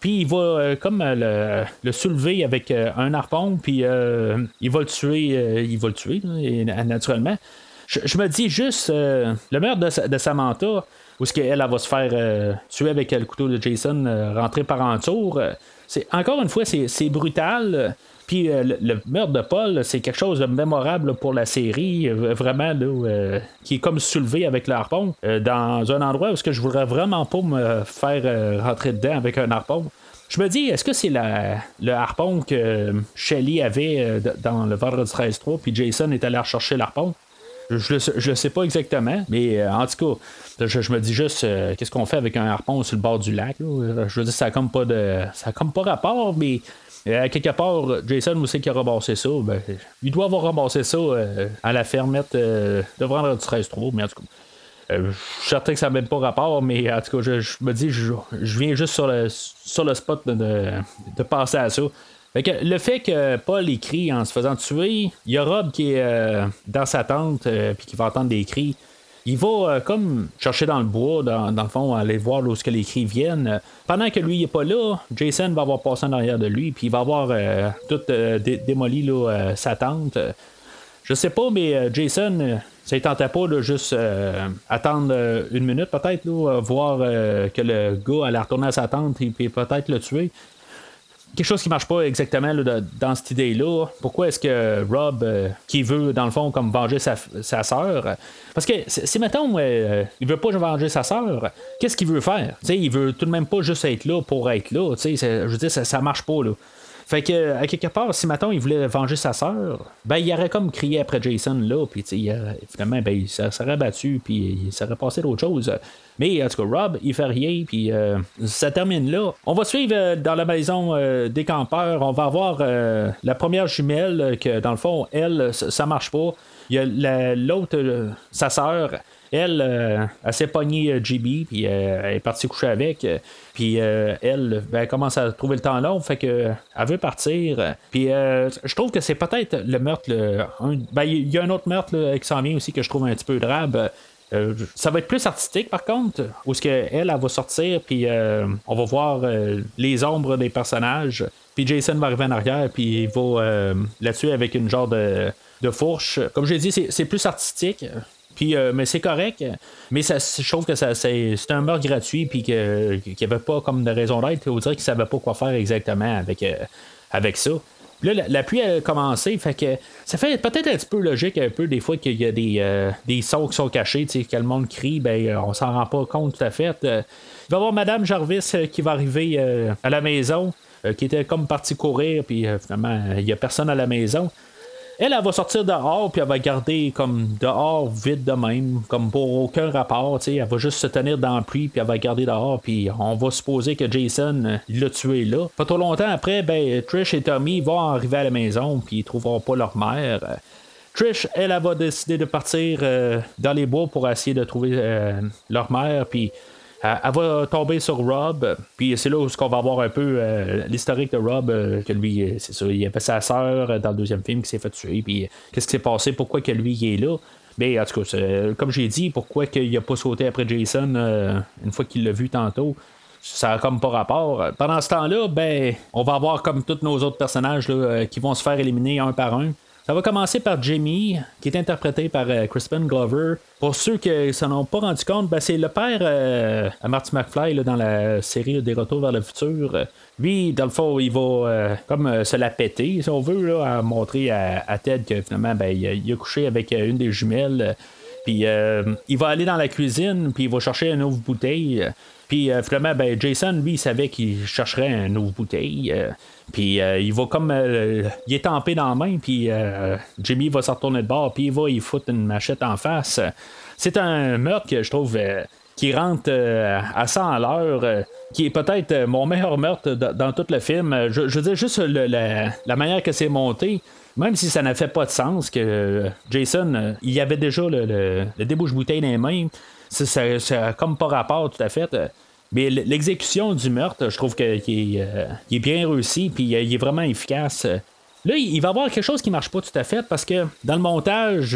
Puis il va euh, comme euh, le, le soulever avec euh, un harpon, puis euh, il va le tuer, euh, il va le tuer, là, et, naturellement. Je, je me dis juste, euh, le meurtre de, de Samantha, où ce qu'elle elle va se faire euh, tuer avec le couteau de Jason, euh, rentrer par en tour, euh, c'est, encore une fois, c'est, c'est brutal. Puis euh, le, le meurtre de Paul, c'est quelque chose de mémorable là, pour la série, euh, vraiment, là, euh, qui est comme soulevé avec le harpon, euh, dans un endroit où ce que je voudrais vraiment pas me faire euh, rentrer dedans avec un harpon. Je me dis, est-ce que c'est la, le harpon que Shelley avait euh, dans le Vendredi treize trois, puis Jason est allé rechercher l'harpon? Je ne le sais pas exactement, mais euh, en tout cas, je, je me dis juste, euh, qu'est-ce qu'on fait avec un harpon sur le bord du lac? Là? Je veux dire, ça n'a comme pas de, ça a comme pas rapport, mais euh, quelque part, Jason aussi qui a ramassé ça, ben, il doit avoir ramassé ça euh, à la fermette euh, de Vendredi treize trois, mais en tout cas, euh, je suis certain que ça n'a même pas rapport, mais en tout cas, je, je me dis, je, je viens juste sur le, sur le spot de, de, de penser à ça. Fait que le fait que Paul écrit en se faisant tuer, il y a Rob qui est euh, dans sa tente euh, puis qui va entendre des cris. Il va euh, comme chercher dans le bois, dans, dans le fond, aller voir où que les cris viennent. Pendant que lui n'est pas là, Jason va avoir passé en arrière de lui, puis il va avoir euh, tout euh, dé- démoli là, euh, sa tente. Je sais pas, mais euh, Jason, euh, ça ne tentait pas de juste euh, attendre euh, une minute peut-être, là, voir euh, que le gars allait retourner à sa tente et puis peut-être le tuer. Quelque chose qui marche pas exactement là, de, dans cette idée-là. Pourquoi est-ce que Rob, euh, qui veut, dans le fond, comme venger sa, sa sœur, parce que si, mettons, euh, il veut pas venger sa sœur, qu'est-ce qu'il veut faire? T'sais, il veut tout de même pas juste être là pour être là. T'sais, je veux dire, ça, ça marche pas, là. Fait que, à quelque part, si maintenant il voulait venger sa sœur, ben il aurait comme crié après Jason là, puis finalement, ben il serait battu, puis il serait passé d'autre chose. Mais en tout cas, Rob, il fait rien, puis euh, ça termine là. On va suivre euh, dans la maison euh, des campeurs, on va avoir euh, la première jumelle, que dans le fond, elle, ça marche pas. Il y a la, l'autre, euh, sa sœur. Elle, euh, elle s'est pognée euh, J B, puis euh, elle est partie coucher avec. Euh, puis euh, elle, ben, elle commence à trouver le temps long, fait que euh, elle veut partir. Puis euh, je trouve que c'est peut-être le meurtre. Le, un, ben, il y a un autre meurtre là, qui s'en vient aussi que je trouve un petit peu drabe. Euh, ça va être plus artistique par contre, où ce que elle, elle va sortir, puis euh, on va voir euh, les ombres des personnages. Puis Jason va arriver en arrière, puis il va euh, la tuer avec une genre de, de fourche. Comme j'ai dit, c'est, c'est plus artistique. Puis, euh, mais c'est correct. Mais ça, je trouve que ça, c'est, c'est un meurtre gratuit, puis que, qu'il n'y avait pas comme de raison d'être. On dirait qu'il ne savait pas quoi faire exactement avec, euh, avec ça. Puis là, la, la pluie a commencé, fait que ça fait peut-être un petit peu logique un peu des fois qu'il y a des, euh, des sons qui sont cachés, tu sais, que le monde crie, ben on s'en rend pas compte tout à fait. Euh, il va y avoir Madame Jarvis euh, qui va arriver euh, à la maison, euh, qui était comme partie courir, puis euh, finalement, il n'y a personne à la maison. Elle, elle va sortir dehors, puis elle va garder comme dehors vide de même, comme pour aucun rapport, tu sais, elle va juste se tenir dans la pluie, puis elle va garder dehors, puis on va supposer que Jason il l'a tué là. Pas trop longtemps après, ben Trish et Tommy vont arriver à la maison, puis ils trouveront pas leur mère. Trish, elle, elle va décider de partir euh, dans les bois pour essayer de trouver euh, leur mère, puis elle va tomber sur Rob, puis c'est là où on va avoir un peu euh, l'historique de Rob, euh, que lui, c'est ça, il avait sa sœur dans le deuxième film qui s'est fait tuer, puis qu'est-ce qui s'est passé, pourquoi que lui il est là. Mais en tout cas, c'est, comme j'ai dit, pourquoi qu'il n'a pas sauté après Jason euh, une fois qu'il l'a vu tantôt, ça a comme pas rapport. Pendant ce temps-là, ben, on va avoir comme tous nos autres personnages là, qui vont se faire éliminer un par un. Ça va commencer par Jimmy, qui est interprété par euh, Crispin Glover. Pour ceux qui ne s'en ont pas rendu compte, ben, c'est le père euh, à Marty McFly là, dans la série des Retours vers le futur. Lui, dans le fond, il va euh, comme euh, se la péter, si on veut, là, à montrer à, à Ted que finalement, ben, il, a, il a couché avec euh, une des jumelles. Puis euh, il va aller dans la cuisine, puis il va chercher une autre bouteille. Puis euh, finalement, ben, Jason, lui, il savait qu'il chercherait une autre bouteille. Euh, puis euh, il va comme. Euh, il est tempé dans la main, puis euh, Jimmy va se retourner de bord, puis il va, il fout une machette en face. C'est un meurtre que je trouve. Euh, qui rentre euh, à cent à l'heure, euh, qui est peut-être euh, mon meilleur meurtre d- dans tout le film. Je, je veux dire, juste le, la, la manière que c'est monté, même si ça n'a fait pas de sens, que euh, Jason, euh, il y avait déjà le, le, le débouche-bouteille dans les mains, ça, ça, ça a comme pas rapport tout à fait. Euh, mais l'exécution du meurtre, je trouve qu'il est, euh, il est bien réussi, puis il est vraiment efficace. Là, il va y avoir quelque chose qui marche pas tout à fait, parce que dans le montage...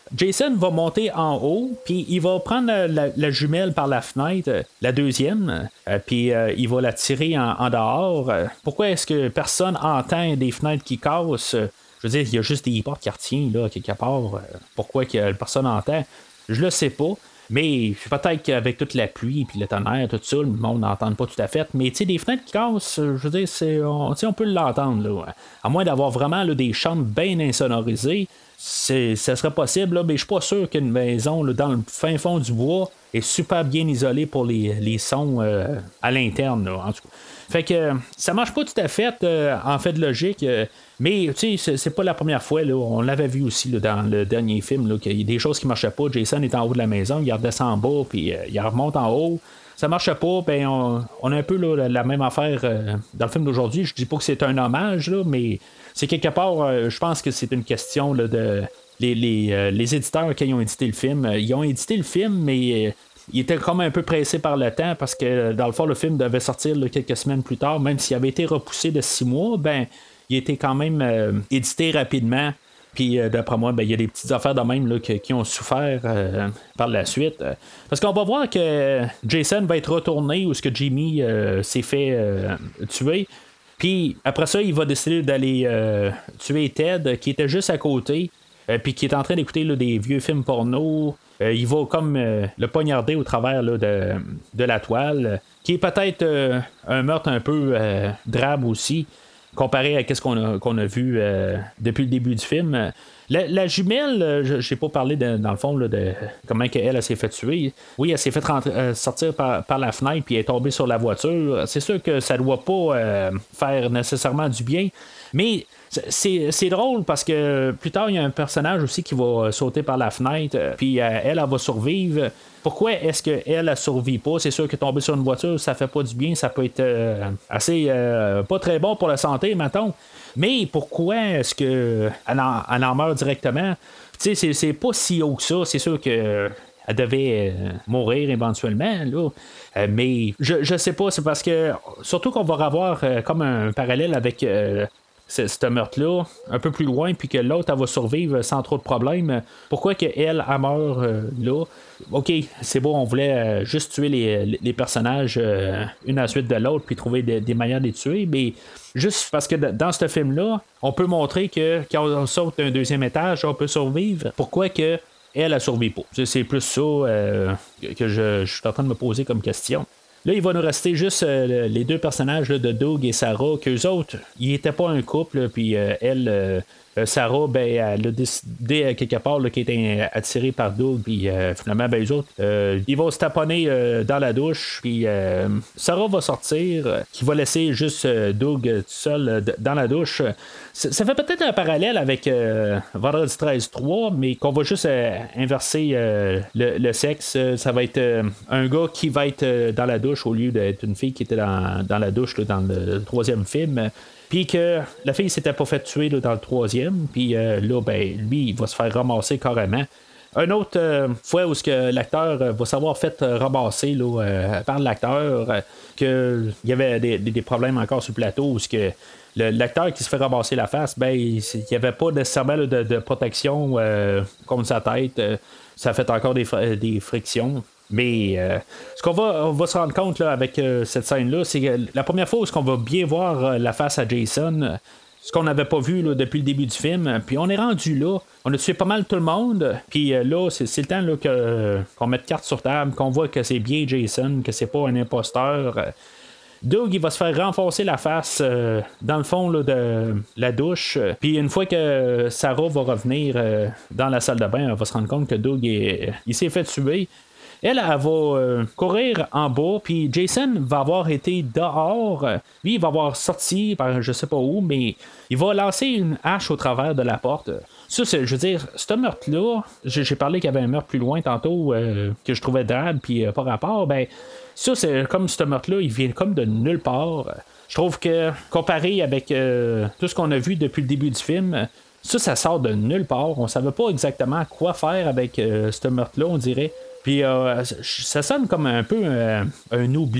Jason va monter en haut, puis il va prendre la, la jumelle par la fenêtre, la deuxième, euh, puis euh, il va la tirer en, en dehors. Pourquoi est-ce que personne entend des fenêtres qui cassent? Je veux dire, il y a juste des portes qui retiennent, là, quelque part. Pourquoi que personne entend? Je le sais pas. Mais peut-être qu'avec toute la pluie puis le tonnerre, tout ça, le monde n'entend pas tout à fait. Mais tu sais, des fenêtres qui cassent, je veux dire, c'est, on, on peut l'entendre. Là. À moins d'avoir vraiment là, des chambres bien insonorisées, c'est, ça serait possible. Là, mais je suis pas sûr qu'une maison là, dans le fin fond du bois est super bien isolée pour les, les sons euh, à l'interne. Là, en tout cas. Fait que ça marche pas tout à fait euh, en fait de logique. Euh, mais tu sais, c'est, c'est pas la première fois. Là, on l'avait vu aussi là, dans le dernier film là, qu'il y a des choses qui marchaient pas. Jason est en haut de la maison, il redescend en bas, puis euh, il remonte en haut. Ça marche pas, ben on, on a un peu là, la même affaire euh, dans le film d'aujourd'hui. Je dis pas que c'est un hommage, là, mais c'est quelque part, euh, je pense que c'est une question là, de les, les, euh, les éditeurs qui ont édité le film. Ils ont édité le film, mais euh, il était comme un peu pressé par le temps parce que dans le fond, le film devait sortir là, quelques semaines plus tard, même s'il avait été repoussé de six mois, ben il était quand même euh, édité rapidement. Puis euh, d'après moi, ben, il y a des petites affaires de même là, qui, qui ont souffert euh, par la suite. Parce qu'on va voir que Jason va être retourné où ce que Jimmy euh, s'est fait euh, tuer. Puis après ça, il va décider d'aller euh, tuer Ted, qui était juste à côté, euh, puis qui est en train d'écouter là, des vieux films porno. Euh, il va comme euh, le poignarder au travers là, de, de la toile, qui est peut-être euh, un meurtre un peu euh, drabe aussi, comparé à ce qu'on a, qu'on a vu euh, depuis le début du film. La, la jumelle, je n'ai pas parlé de, dans le fond là, de comment elle, elle s'est fait tuer. Oui, elle s'est fait rentrer, euh, sortir par, par la fenêtre puis elle est tombée sur la voiture. C'est sûr que ça ne doit pas euh, faire nécessairement du bien, mais c'est, c'est drôle parce que plus tard, il y a un personnage aussi qui va sauter par la fenêtre, puis euh, elle, elle va survivre. Pourquoi est-ce qu'elle ne survit pas? C'est sûr que tomber sur une voiture, ça fait pas du bien, ça peut être euh, assez euh, pas très bon pour la santé, mettons. Mais pourquoi est-ce qu'elle en, elle en meurt directement? Tu sais, c'est, c'est pas si haut que ça. C'est sûr que elle devait euh, mourir éventuellement, là. Euh, mais je, je sais pas, c'est parce que surtout qu'on va avoir euh, comme un parallèle avec euh, ce, ce meurtre-là, un peu plus loin, puis que l'autre, elle va survivre sans trop de problèmes. Pourquoi qu'elle, elle meurt euh, là? OK, c'est beau, on voulait euh, juste tuer les, les personnages euh, une à la suite de l'autre, puis trouver des, des manières de les tuer, mais juste parce que dans ce film-là, on peut montrer que quand on saute d'un deuxième étage, on peut survivre. Pourquoi que elle a survécu pas? C'est plus ça euh, que je, je suis en train de me poser comme question. Là, il va nous rester juste euh, les deux personnages là, de Doug et Sarah, qu'eux autres, ils n'étaient pas un couple, puis euh, elle, euh, Sarah, ben, elle a décidé quelque part là, qu'elle était attirée par Doug, puis euh, finalement, ben, eux autres, euh, ils vont se taponner euh, dans la douche, puis euh, Sarah va sortir, euh, qui va laisser juste euh, Doug tout seul euh, dans la douche. Ça, ça fait peut-être un parallèle avec euh, Vendredi treize trois, mais qu'on va juste euh, inverser euh, le, le sexe. Ça va être euh, un gars qui va être euh, dans la douche au lieu d'être une fille qui était dans, dans la douche là, dans le troisième film. Puis que la fille s'était pas fait tuer là, dans le troisième. Puis euh, là, ben, lui, il va se faire ramasser carrément. Un autre euh, fois où ce que l'acteur euh, va s'avoir fait euh, ramasser là, euh, par l'acteur, euh, qu'il y avait des, des, des problèmes encore sur le plateau, où ce que le, l'acteur qui se fait ramasser la face, ben, il n'y avait pas nécessairement là, de, de protection euh, contre sa tête. Euh, ça fait encore des, des frictions. Mais euh, ce qu'on va, on va se rendre compte là, avec euh, cette scène-là, c'est que la première fois où on va bien voir euh, la face à Jason, euh, ce qu'on n'avait pas vu là, depuis le début du film, puis on est rendu là, on a tué pas mal tout le monde, puis euh, là, c'est, c'est le temps là, que, euh, qu'on mette carte sur table, qu'on voit que c'est bien Jason, que c'est pas un imposteur. Euh, Doug, il va se faire renforcer la face euh, dans le fond là, de la douche. Puis une fois que Sarah va revenir euh, dans la salle de bain, elle va se rendre compte que Doug est, il s'est fait tuer. Elle, elle va euh, courir en bas, puis Jason va avoir été dehors. Lui, il va avoir sorti par je sais pas où, mais il va lancer une hache au travers de la porte. Ça, c'est, je veux dire, ce meurtre-là, j'ai, j'ai parlé qu'il y avait un meurtre plus loin tantôt euh, que je trouvais drabe, puis euh, par rapport, ben, ça, c'est comme ce meurtre-là, il vient comme de nulle part. Je trouve que, comparé avec euh, tout ce qu'on a vu depuis le début du film, ça, ça sort de nulle part. On savait pas exactement quoi faire avec euh, ce meurtre-là, on dirait. Puis euh, ça sonne comme un peu euh, un oubli.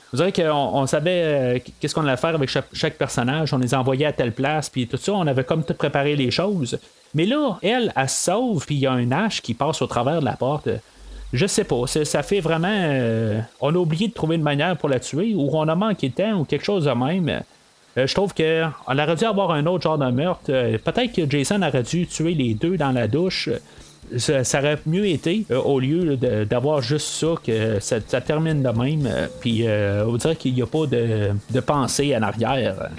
Vous dirait qu'on on savait euh, qu'est-ce qu'on allait faire avec chaque, chaque personnage, on les envoyait à telle place, puis tout ça, on avait comme tout préparé les choses. Mais là, elle, elle se sauve, puis il y a un Ash qui passe au travers de la porte. Je sais pas, ça fait vraiment... Euh, on a oublié de trouver une manière pour la tuer, ou on a manqué de temps, ou quelque chose de même. Euh, je trouve qu'on aurait dû avoir un autre genre de meurtre. Euh, peut-être que Jason aurait dû tuer les deux dans la douche. Ça, ça aurait mieux été, euh, au lieu de, d'avoir juste ça, que ça, ça termine de même. Euh, Puis euh, on dirait qu'il n'y a pas de, de pensée en arrière.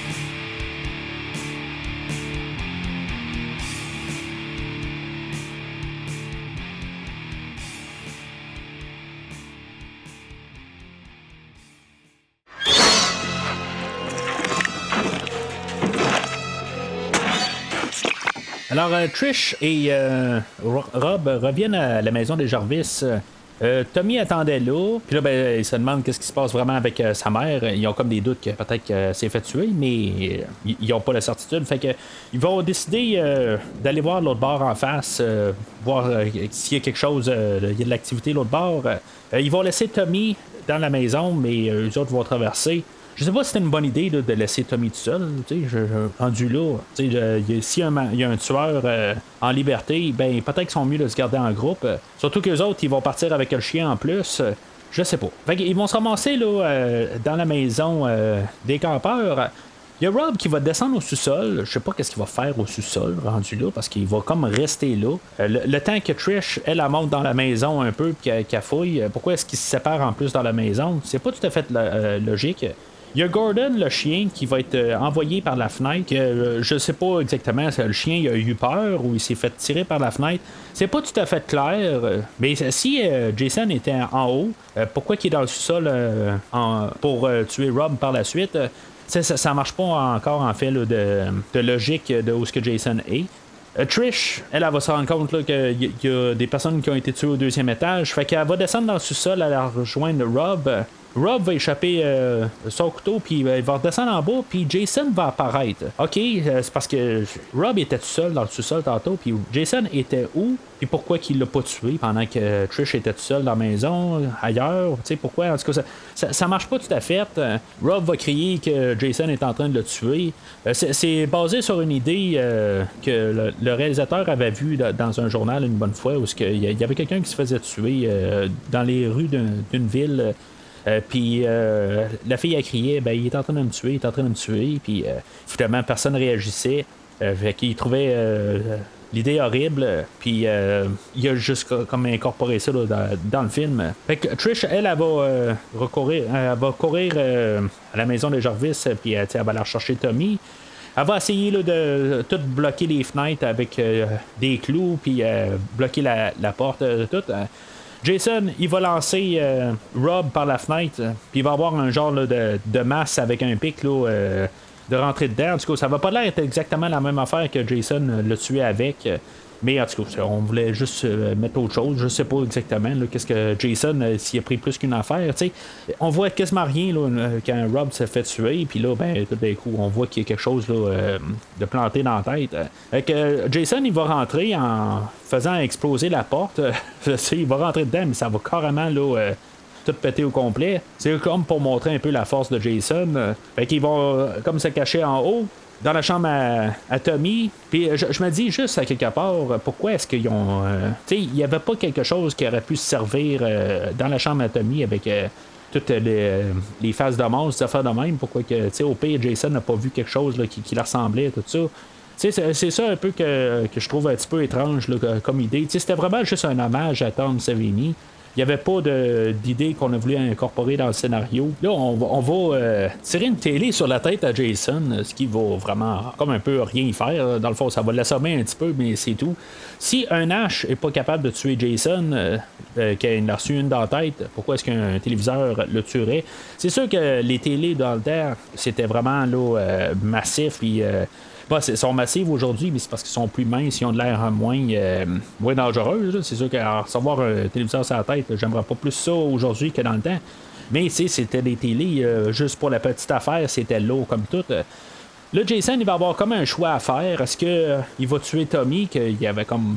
Alors, euh, Trish et euh, Rob reviennent à la maison des Jarvis. Euh, Tommy attendait là, puis là, ben, il se demande qu'est-ce qui se passe vraiment avec euh, sa mère. Ils ont comme des doutes que peut-être qu'elle s'est fait tuer, mais euh, ils n'ont pas la certitude. Fait que ils vont décider euh, d'aller voir l'autre bar en face, euh, voir euh, s'il y a quelque chose, euh, il y a de l'activité l'autre bar. Euh, ils vont laisser Tommy dans la maison, mais euh, eux autres vont traverser. Je sais pas si c'était une bonne idée là, de laisser Tommy tout seul. Tu sais, rendu là, tu sais, s'il y, y a un tueur euh, en liberté, ben peut-être qu'ils sont mieux de se garder en groupe. Euh, surtout que les autres, ils vont partir avec le chien en plus. Euh, je sais pas. Fait qu'ils vont se ramasser là, euh, dans la maison euh, des campeurs. Il y a Rob qui va descendre au sous-sol. Je sais pas qu'est-ce qu'il va faire au sous-sol rendu là, parce qu'il va comme rester là. Euh, le, le temps que Trish, elle, elle monte dans la maison un peu, puis qu'elle fouille, pourquoi est-ce qu'ils se séparent en plus dans la maison? C'est pas tout à fait euh, logique. Il y a Gordon, le chien, qui va être euh, envoyé par la fenêtre. Euh, je sais pas exactement si le chien il a eu peur ou il s'est fait tirer par la fenêtre. C'est pas tout à fait clair. Euh, mais si euh, Jason était en haut, euh, pourquoi il est dans le sous-sol euh, en, pour euh, tuer Rob par la suite? Euh, ça, ça marche pas encore en fait là, de, de logique de où ce que Jason est. Euh, Trish, elle, elle va se rendre compte qu'il y, y a des personnes qui ont été tuées au deuxième étage. Fait qu'elle va descendre dans le sous-sol, elle va rejoindre Rob. Rob va échapper euh, son couteau, puis euh, il va redescendre en bas, puis Jason va apparaître. OK, euh, c'est parce que Rob était tout seul dans le sous-sol tantôt, puis Jason était où? Puis pourquoi qu'il l'a pas tué pendant que Trish était tout seul dans la maison, ailleurs? Tu sais, pourquoi? En tout cas, ça, ça, ça marche pas tout à fait. Euh, Rob va crier que Jason est en train de le tuer. Euh, c'est, c'est basé sur une idée euh, que le, le réalisateur avait vue dans un journal une bonne fois, où il y avait quelqu'un qui se faisait tuer euh, dans les rues d'un, d'une ville. Euh, puis euh, la fille a crié, ben il est en train de me tuer, il est en train de me tuer, puis euh, finalement personne réagissait, euh, fait qu'il trouvait euh, l'idée horrible, puis euh, il a juste comme incorporé ça là, dans, dans le film. Fait que Trish, elle, elle va euh, recourir, elle va courir euh, à la maison de Jarvis, puis elle, elle va aller rechercher Tommy. Elle va essayer là, de tout bloquer les fenêtres avec euh, des clous, puis euh, bloquer la, la porte, euh, tout. Euh, Jason, il va lancer euh, Rob par la fenêtre, euh, puis il va avoir un genre là, de, de masse avec un pic là, euh, de rentrer dedans. En tout cas, ça va pas l'air être exactement la même affaire que Jason euh, l'a tué avec. Euh, mais en tout cas, on voulait juste euh, mettre autre chose. Je sais pas exactement là, qu'est-ce que Jason, euh, s'il a pris plus qu'une affaire. T'sais. On voit quasiment rien là, quand Rob se fait tuer. Puis là, ben, tout d'un coup, on voit qu'il y a quelque chose là, euh, de planté dans la tête. Fait que Jason, il va rentrer en faisant exploser la porte. Il va rentrer dedans, mais ça va carrément là, euh, tout péter au complet. C'est comme pour montrer un peu la force de Jason. Fait qu'il va euh, comme se cacher en haut. Dans la chambre à, à Tommy, puis je, je me dis juste à quelque part, pourquoi est-ce qu'ils ont... Euh, tu sais, il n'y avait pas quelque chose qui aurait pu se servir euh, dans la chambre à Tommy avec euh, toutes les, les phases de monstres, ces affaires de même, pourquoi que, tu sais, au pire, Jason n'a pas vu quelque chose là, qui, qui leur ressemblait, tout ça. C'est, c'est ça un peu que, que je trouve un petit peu étrange là, comme idée. T'sais, c'était vraiment juste un hommage à Tom Savini. Il n'y avait pas de, d'idée qu'on a voulu incorporer dans le scénario. Là, on va, on va euh, tirer une télé sur la tête à Jason, ce qui va vraiment comme un peu rien faire. Dans le fond, ça va l'assommer un petit peu, mais c'est tout. Si un Ash est pas capable de tuer Jason, euh, euh, qu'il a reçu une dans la tête, pourquoi est-ce qu'un téléviseur le tuerait? C'est sûr que les télés dans le temps, c'était vraiment là, euh, massif, puis... Euh, Ils sont massifs aujourd'hui, mais c'est parce qu'ils sont plus minces, ils ont de l'air moins, euh, moins dangereux. Là. C'est sûr qu'à recevoir un téléviseur sur la tête, j'aimerais pas plus ça aujourd'hui que dans le temps. Mais tu sais, c'était des télés, euh, juste pour la petite affaire, c'était lourd comme tout. Là, Jason, il va avoir comme un choix à faire. Est-ce qu'il euh, va tuer Tommy, qu'il avait comme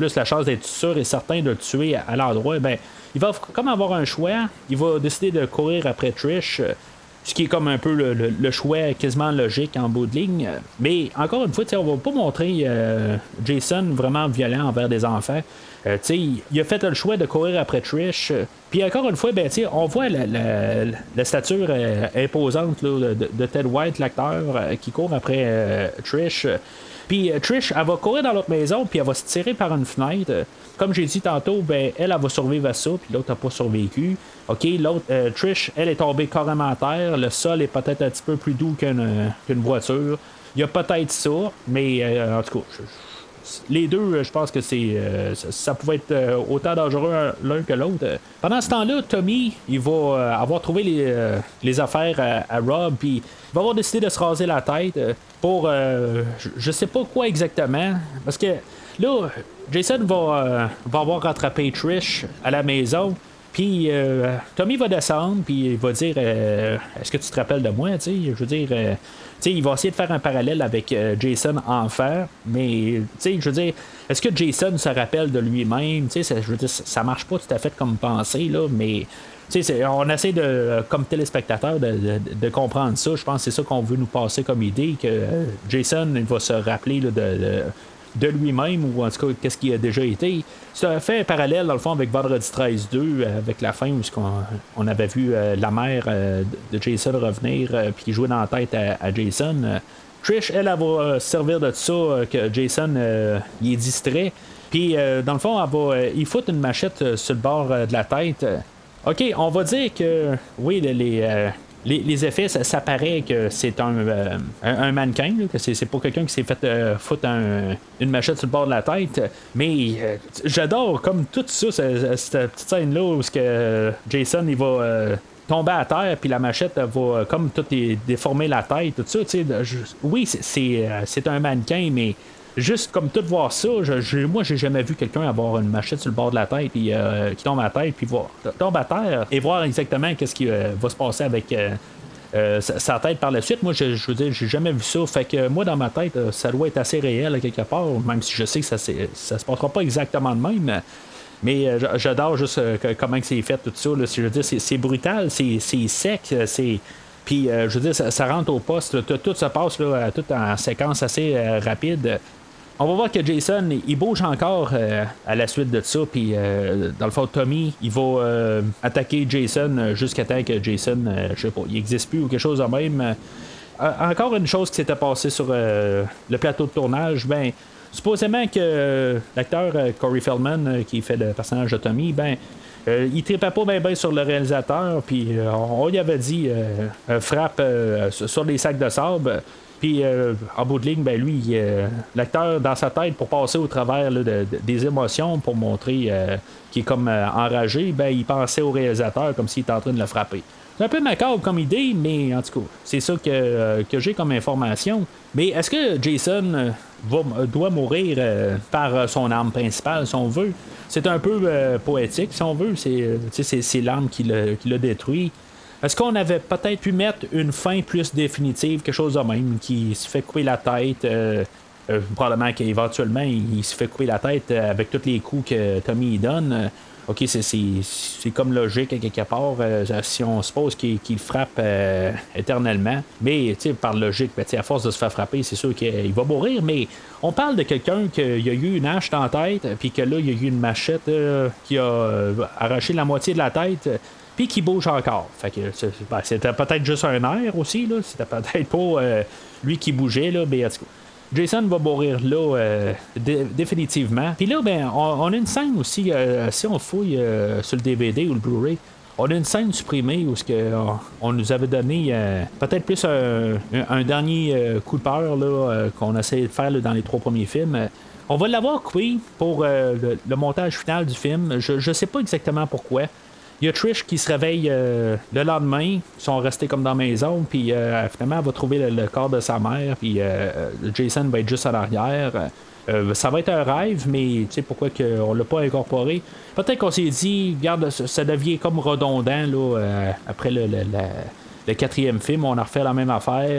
plus la chance d'être sûr et certain de le tuer à, à l'endroit, ben, il va comme avoir un choix. Il va décider de courir après Trish. Ce qui est comme un peu le, le, le choix quasiment logique en bout de ligne. Mais encore une fois, on va pas montrer euh, Jason vraiment violent envers des enfants. Euh, il a fait le choix de courir après Trish. Puis encore une fois, ben, on voit la, la, la stature euh, imposante là, de, de Ted White, l'acteur, euh, qui court après euh, Trish. Puis euh, Trish, elle va courir dans l'autre maison, puis elle va se tirer par une fenêtre. Comme j'ai dit tantôt, ben, elle, elle va survivre à ça, puis l'autre n'a pas survécu. OK, l'autre, euh, Trish, elle est tombée carrément à terre. Le sol est peut-être un petit peu plus doux qu'une, qu'une voiture. Il y a peut-être ça, mais euh, en tout cas, je, les deux, je pense que c'est euh, ça, ça pouvait être euh, autant dangereux l'un que l'autre. Pendant ce temps-là, Tommy, il va euh, avoir trouvé les, euh, les affaires à, à Rob, puis il va avoir décidé de se raser la tête pour, euh, je, je sais pas quoi exactement, parce que là, Jason va, euh, va avoir rattrapé Trish à la maison. Puis euh, Tommy va descendre, puis il va dire euh, est-ce que tu te rappelles de moi, tu sais, je veux dire, euh, tu sais, il va essayer de faire un parallèle avec euh, Jason enfant, mais tu sais, je veux dire, est-ce que Jason se rappelle de lui-même, tu sais, je veux dire, ça marche pas tout à fait comme pensée là, mais tu sais, on essaie de, comme téléspectateur, de, de, de comprendre ça. Je pense que c'est ça qu'on veut nous passer comme idée, que euh, Jason il va se rappeler là, de, de de lui-même, ou en tout cas qu'est-ce qu'il a déjà été. Ça fait un parallèle dans le fond avec Vendredi treize deux, avec la fin où on, on avait vu euh, la mère euh, de Jason revenir euh, puis jouer dans la tête à, à Jason. Euh, Trish, elle, elle va euh, servir de ça, euh, que Jason euh, il est distrait, puis euh, dans le fond elle va euh, il fout une machette euh, sur le bord euh, de la tête. OK, on va dire que oui, les, les euh, Les, les effets, ça, ça paraît que c'est un, euh, un, un mannequin, là, que c'est, c'est pas quelqu'un qui s'est fait euh, foutre un, une machette sur le bord de la tête. Mais euh, j'adore comme tout ça, cette, cette petite scène-là où que, euh, Jason il va euh, tomber à terre, puis la machette elle va euh, comme tout est, déformer la tête, tout ça. Je, oui, c'est, c'est, euh, c'est un mannequin, mais juste comme tout voir ça, je, je, moi j'ai jamais vu quelqu'un avoir une machette sur le bord de la tête puis euh, qui tombe à terre puis voir tombe à terre et voir exactement qu'est-ce qui euh, va se passer avec euh, euh, sa, sa tête par la suite. Moi je, je veux dire, j'ai jamais vu ça. Fait que moi dans ma tête, ça doit être assez réel quelque part, même si je sais que ça, ça se passera pas exactement de même. Mais euh, j'adore juste euh, comment c'est fait tout ça. Là. Je veux dire, c'est, c'est brutal, c'est, c'est sec, c'est. Puis, euh, je veux dire, ça, ça rentre au poste. Là, tout, tout se passe là, tout en séquence assez euh, rapide. On va voir que Jason, il bouge encore euh, à la suite de ça. Puis, euh, dans le fond, Tommy, il va euh, attaquer Jason jusqu'à temps que Jason, euh, je sais pas, il n'existe plus ou quelque chose de même. Euh, encore une chose qui s'était passée sur euh, le plateau de tournage, ben, supposément que euh, l'acteur euh, Corey Feldman, euh, qui fait le personnage de Tommy, ben, Euh, il tripait pas bien ben sur le réalisateur, puis euh, on lui avait dit euh, euh, frappe euh, sur les sacs de sable. Puis euh, en bout de ligne, ben lui, euh, l'acteur dans sa tête pour passer au travers là, de, de, des émotions pour montrer euh, qu'il est comme euh, enragé, ben il pensait au réalisateur comme s'il était en train de le frapper. C'est un peu macabre comme idée, mais en tout cas, c'est ça que, euh, que j'ai comme information. Mais est-ce que Jason euh, va, doit mourir euh, par son arme principale, si on veut? C'est un peu euh, poétique, si on veut. C'est, c'est, c'est l'arme qui l'a, qui l'a détruit. Est-ce qu'on avait peut-être pu mettre une fin plus définitive, quelque chose de même, qui se fait couper la tête? Euh, euh, probablement qu'éventuellement, il, il se fait couper la tête avec tous les coups que Tommy y donne. Euh, OK, c'est, c'est, c'est comme logique à quelque part, euh, si on suppose qu'il, qu'il frappe euh, éternellement. Mais par logique, ben, à force de se faire frapper, c'est sûr qu'il va mourir. Mais on parle de quelqu'un qui a eu une hache dans la tête, puis que là, il y a eu une machette euh, qui a euh, arraché la moitié de la tête, puis qui bouge encore. Fait que c'est, ben, c'était peut-être juste un air aussi, là. C'était peut-être pas euh, lui qui bougeait, là, mais en tout cas. Jason va mourir là euh, dé- définitivement. Puis là, ben, on, on a une scène aussi, euh, si on fouille euh, sur le D V D ou le Blu-ray, on a une scène supprimée où ce que, on, on nous avait donné euh, peut-être plus un, un, un dernier euh, coup de peur là, euh, qu'on essayait de faire là, dans les trois premiers films. On va l'avoir coupé pour euh, le, le montage final du film. Je ne sais pas exactement pourquoi. Il y a Trish qui se réveille euh, le lendemain, ils sont restés comme dans la maison, puis euh, finalement elle va trouver le, le corps de sa mère, puis euh, Jason va être juste à l'arrière. Euh, ça va être un rêve, mais tu sais pourquoi on l'a pas incorporé. Peut-être qu'on s'est dit, regarde, ça, ça devient comme redondant là, euh, après le, le, le, le quatrième film, on a refait la même affaire.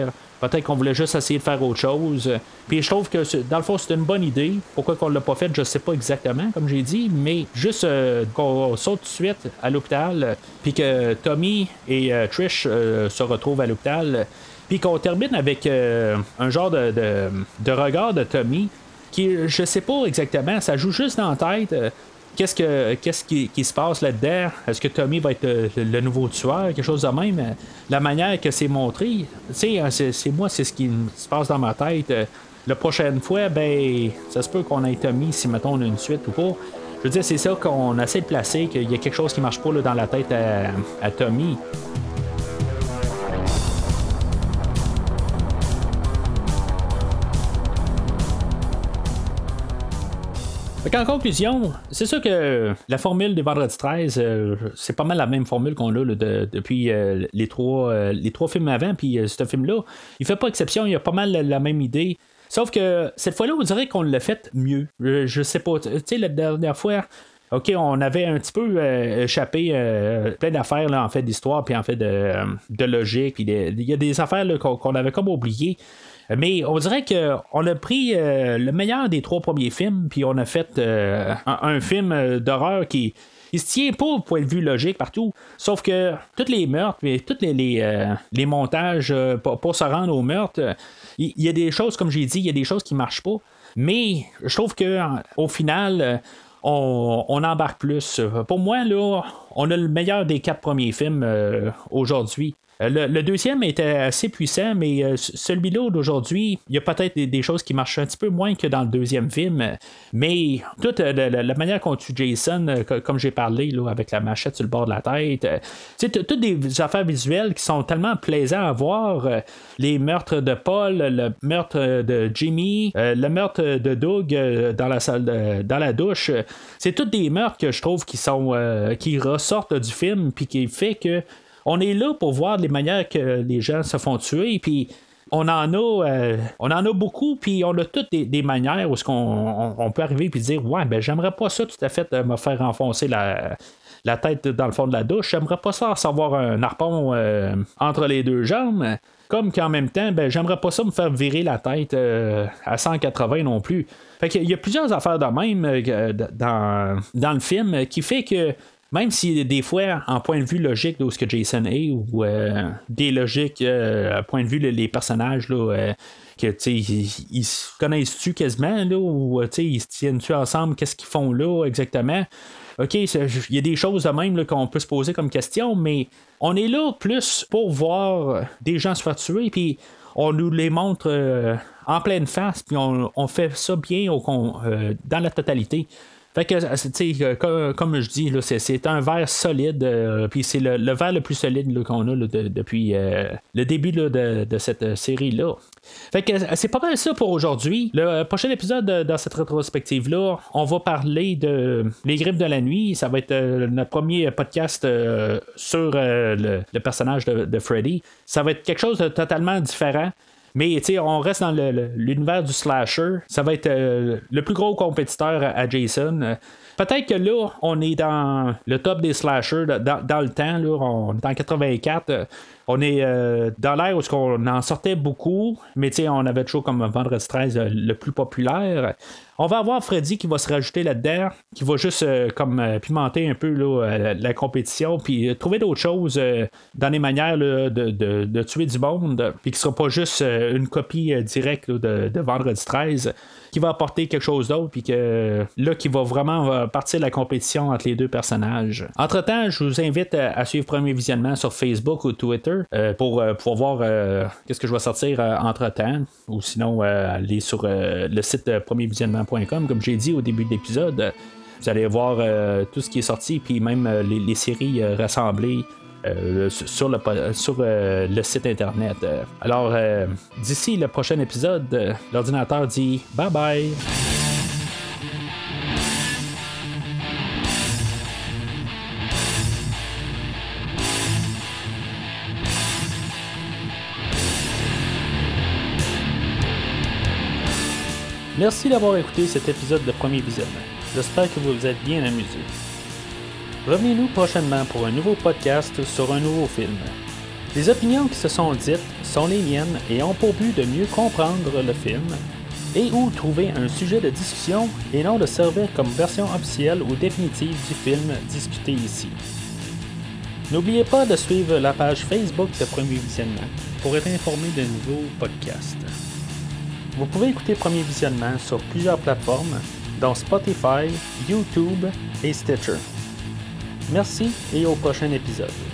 Peut-être qu'on voulait juste essayer de faire autre chose. Puis je trouve que dans le fond, c'est une bonne idée. Pourquoi qu'on l'a pas fait, je sais pas exactement, comme j'ai dit, mais juste euh, qu'on saute tout de suite à l'hôpital, puis que Tommy et euh, Trish euh, se retrouvent à l'hôpital, puis qu'on termine avec euh, un genre de, de, de regard de Tommy qui, je sais pas exactement, ça joue juste dans la tête. Euh, Qu'est-ce, que, qu'est-ce qui, qui se passe là-dedans? Est-ce que Tommy va être le, le nouveau tueur? Quelque chose de même? La manière que c'est montré, tu sais, c'est, c'est moi, c'est ce qui se passe dans ma tête. La prochaine fois, ben, ça se peut qu'on ait Tommy si, mettons, on a une suite ou pas. Je veux dire, c'est ça qu'on essaie de placer, qu'il y a quelque chose qui marche pas là, dans la tête à, à Tommy. En conclusion, c'est sûr que la formule des Vendredi treize, euh, c'est pas mal la même formule qu'on a là, de, depuis euh, les, trois, euh, les trois films avant, puis euh, ce film-là, il fait pas exception, il y a pas mal la, la même idée. Sauf que cette fois-là, on dirait qu'on l'a fait mieux. Je, je sais pas, tu sais, la dernière fois, OK, on avait un petit peu euh, échappé euh, plein d'affaires, là, en fait, d'histoire, puis en fait, de, de logique, puis il y a des affaires là, qu'on, qu'on avait comme oubliées. Mais on dirait qu'on a pris euh, le meilleur des trois premiers films, puis on a fait euh, un, un film d'horreur qui il se tient pas au point de vue logique partout. Sauf que tous les meurtres, mais tous les, les, euh, les montages euh, pour, pour se rendre aux meurtres, il y, y a des choses, comme j'ai dit, il y a des choses qui marchent pas. Mais je trouve qu'au final, on, on embarque plus. Pour moi, là, on a le meilleur des quatre premiers films euh, aujourd'hui. Le, le deuxième était assez puissant, mais euh, celui-là d'aujourd'hui, il y a peut-être des, des choses qui marchent un petit peu moins que dans le deuxième film. Mais toute euh, la, la manière qu'on tue Jason, euh, comme j'ai parlé, là, avec la machette sur le bord de la tête, euh, toutes des affaires visuelles qui sont tellement plaisantes à voir. Euh, les meurtres de Paul, le meurtre de Jimmy, euh, le meurtre de Doug euh, dans la salle, de, dans la douche. Euh, c'est tous des meurtres que je trouve qui sont euh, qui ressortent du film, puis qui fait que on est là pour voir les manières que les gens se font tuer, puis on en a euh, on en a beaucoup, puis on a toutes des, des manières où est-ce qu'on on, on peut arriver et dire ouais, ben j'aimerais pas ça tout à fait euh, me faire enfoncer la, la tête dans le fond de la douche, j'aimerais pas ça recevoir un harpon euh, entre les deux jambes, comme qu'en même temps, ben j'aimerais pas ça me faire virer la tête euh, à cent quatre-vingts non plus. Fait qu'il y a plusieurs affaires de même euh, dans, dans le film qui fait que même si des fois, en point de vue logique d'où ce que Jason est, ou euh, des logiques, euh, à point de vue les, les personnages, là, euh, que ils, ils se connaissent-tu quasiment, là, ou ils se tiennent-tu ensemble, qu'est-ce qu'ils font là exactement? OK, il y a des choses de même là, qu'on peut se poser comme question, mais on est là plus pour voir des gens se faire tuer, puis on nous les montre euh, en pleine face, puis on, on fait ça bien au, euh, dans la totalité. Fait que, tu sais, comme, comme je dis, là, c'est, c'est un verre solide, euh, puis c'est le, le verre le plus solide là, qu'on a là, de, depuis euh, le début là, de, de cette série-là. Fait que c'est pas mal ça pour aujourd'hui. Le prochain épisode de, dans cette rétrospective-là, on va parler de Les Griffes de la Nuit. Ça va être euh, notre premier podcast euh, sur euh, le, le personnage de, de Freddy. Ça va être quelque chose de totalement différent. Mais tu sais, on reste dans le, le, l'univers du slasher. Ça va être euh, le plus gros compétiteur à, à Jason. Euh, peut-être que là, on est dans le top des slashers dans, dans le temps. Là, on est en quatre-vingt-quatre. Euh, on est euh, dans l'ère où on en sortait beaucoup. Mais tu sais, on avait toujours comme Vendredi treize euh, le plus populaire. On va avoir Freddy qui va se rajouter là-dedans, qui va juste euh, comme euh, pimenter un peu là, la, la compétition, puis euh, trouver d'autres choses euh, dans les manières là, de, de, de tuer du monde, puis qui ne sera pas juste euh, une copie euh, directe là, de, de Vendredi treize, qui va apporter quelque chose d'autre, puis que là, qui va vraiment euh, partir la compétition entre les deux personnages. Entre-temps, je vous invite à, à suivre Premier Visionnement sur Facebook ou Twitter euh, pour euh, pouvoir voir euh, qu'est-ce que je vais sortir euh, entre-temps, ou sinon euh, aller sur euh, le site euh, premier visionnement point com, comme j'ai dit au début de l'épisode. Vous allez voir euh, tout ce qui est sorti, puis même euh, les, les séries euh, rassemblées euh, sur, le, sur euh, le site internet. Alors, euh, d'ici le prochain épisode, euh, l'ordinateur dit bye bye. Merci d'avoir écouté cet épisode de Premier Visionnement. J'espère que vous vous êtes bien amusés. Revenez-nous prochainement pour un nouveau podcast sur un nouveau film. Les opinions qui se sont dites sont les miennes et ont pour but de mieux comprendre le film et ou trouver un sujet de discussion et non de servir comme version officielle ou définitive du film discuté ici. N'oubliez pas de suivre la page Facebook de Premier Visionnement pour être informé de nouveaux podcasts. Vous pouvez écouter Premier Visionnement sur plusieurs plateformes, dont Spotify, YouTube et Stitcher. Merci et au prochain épisode.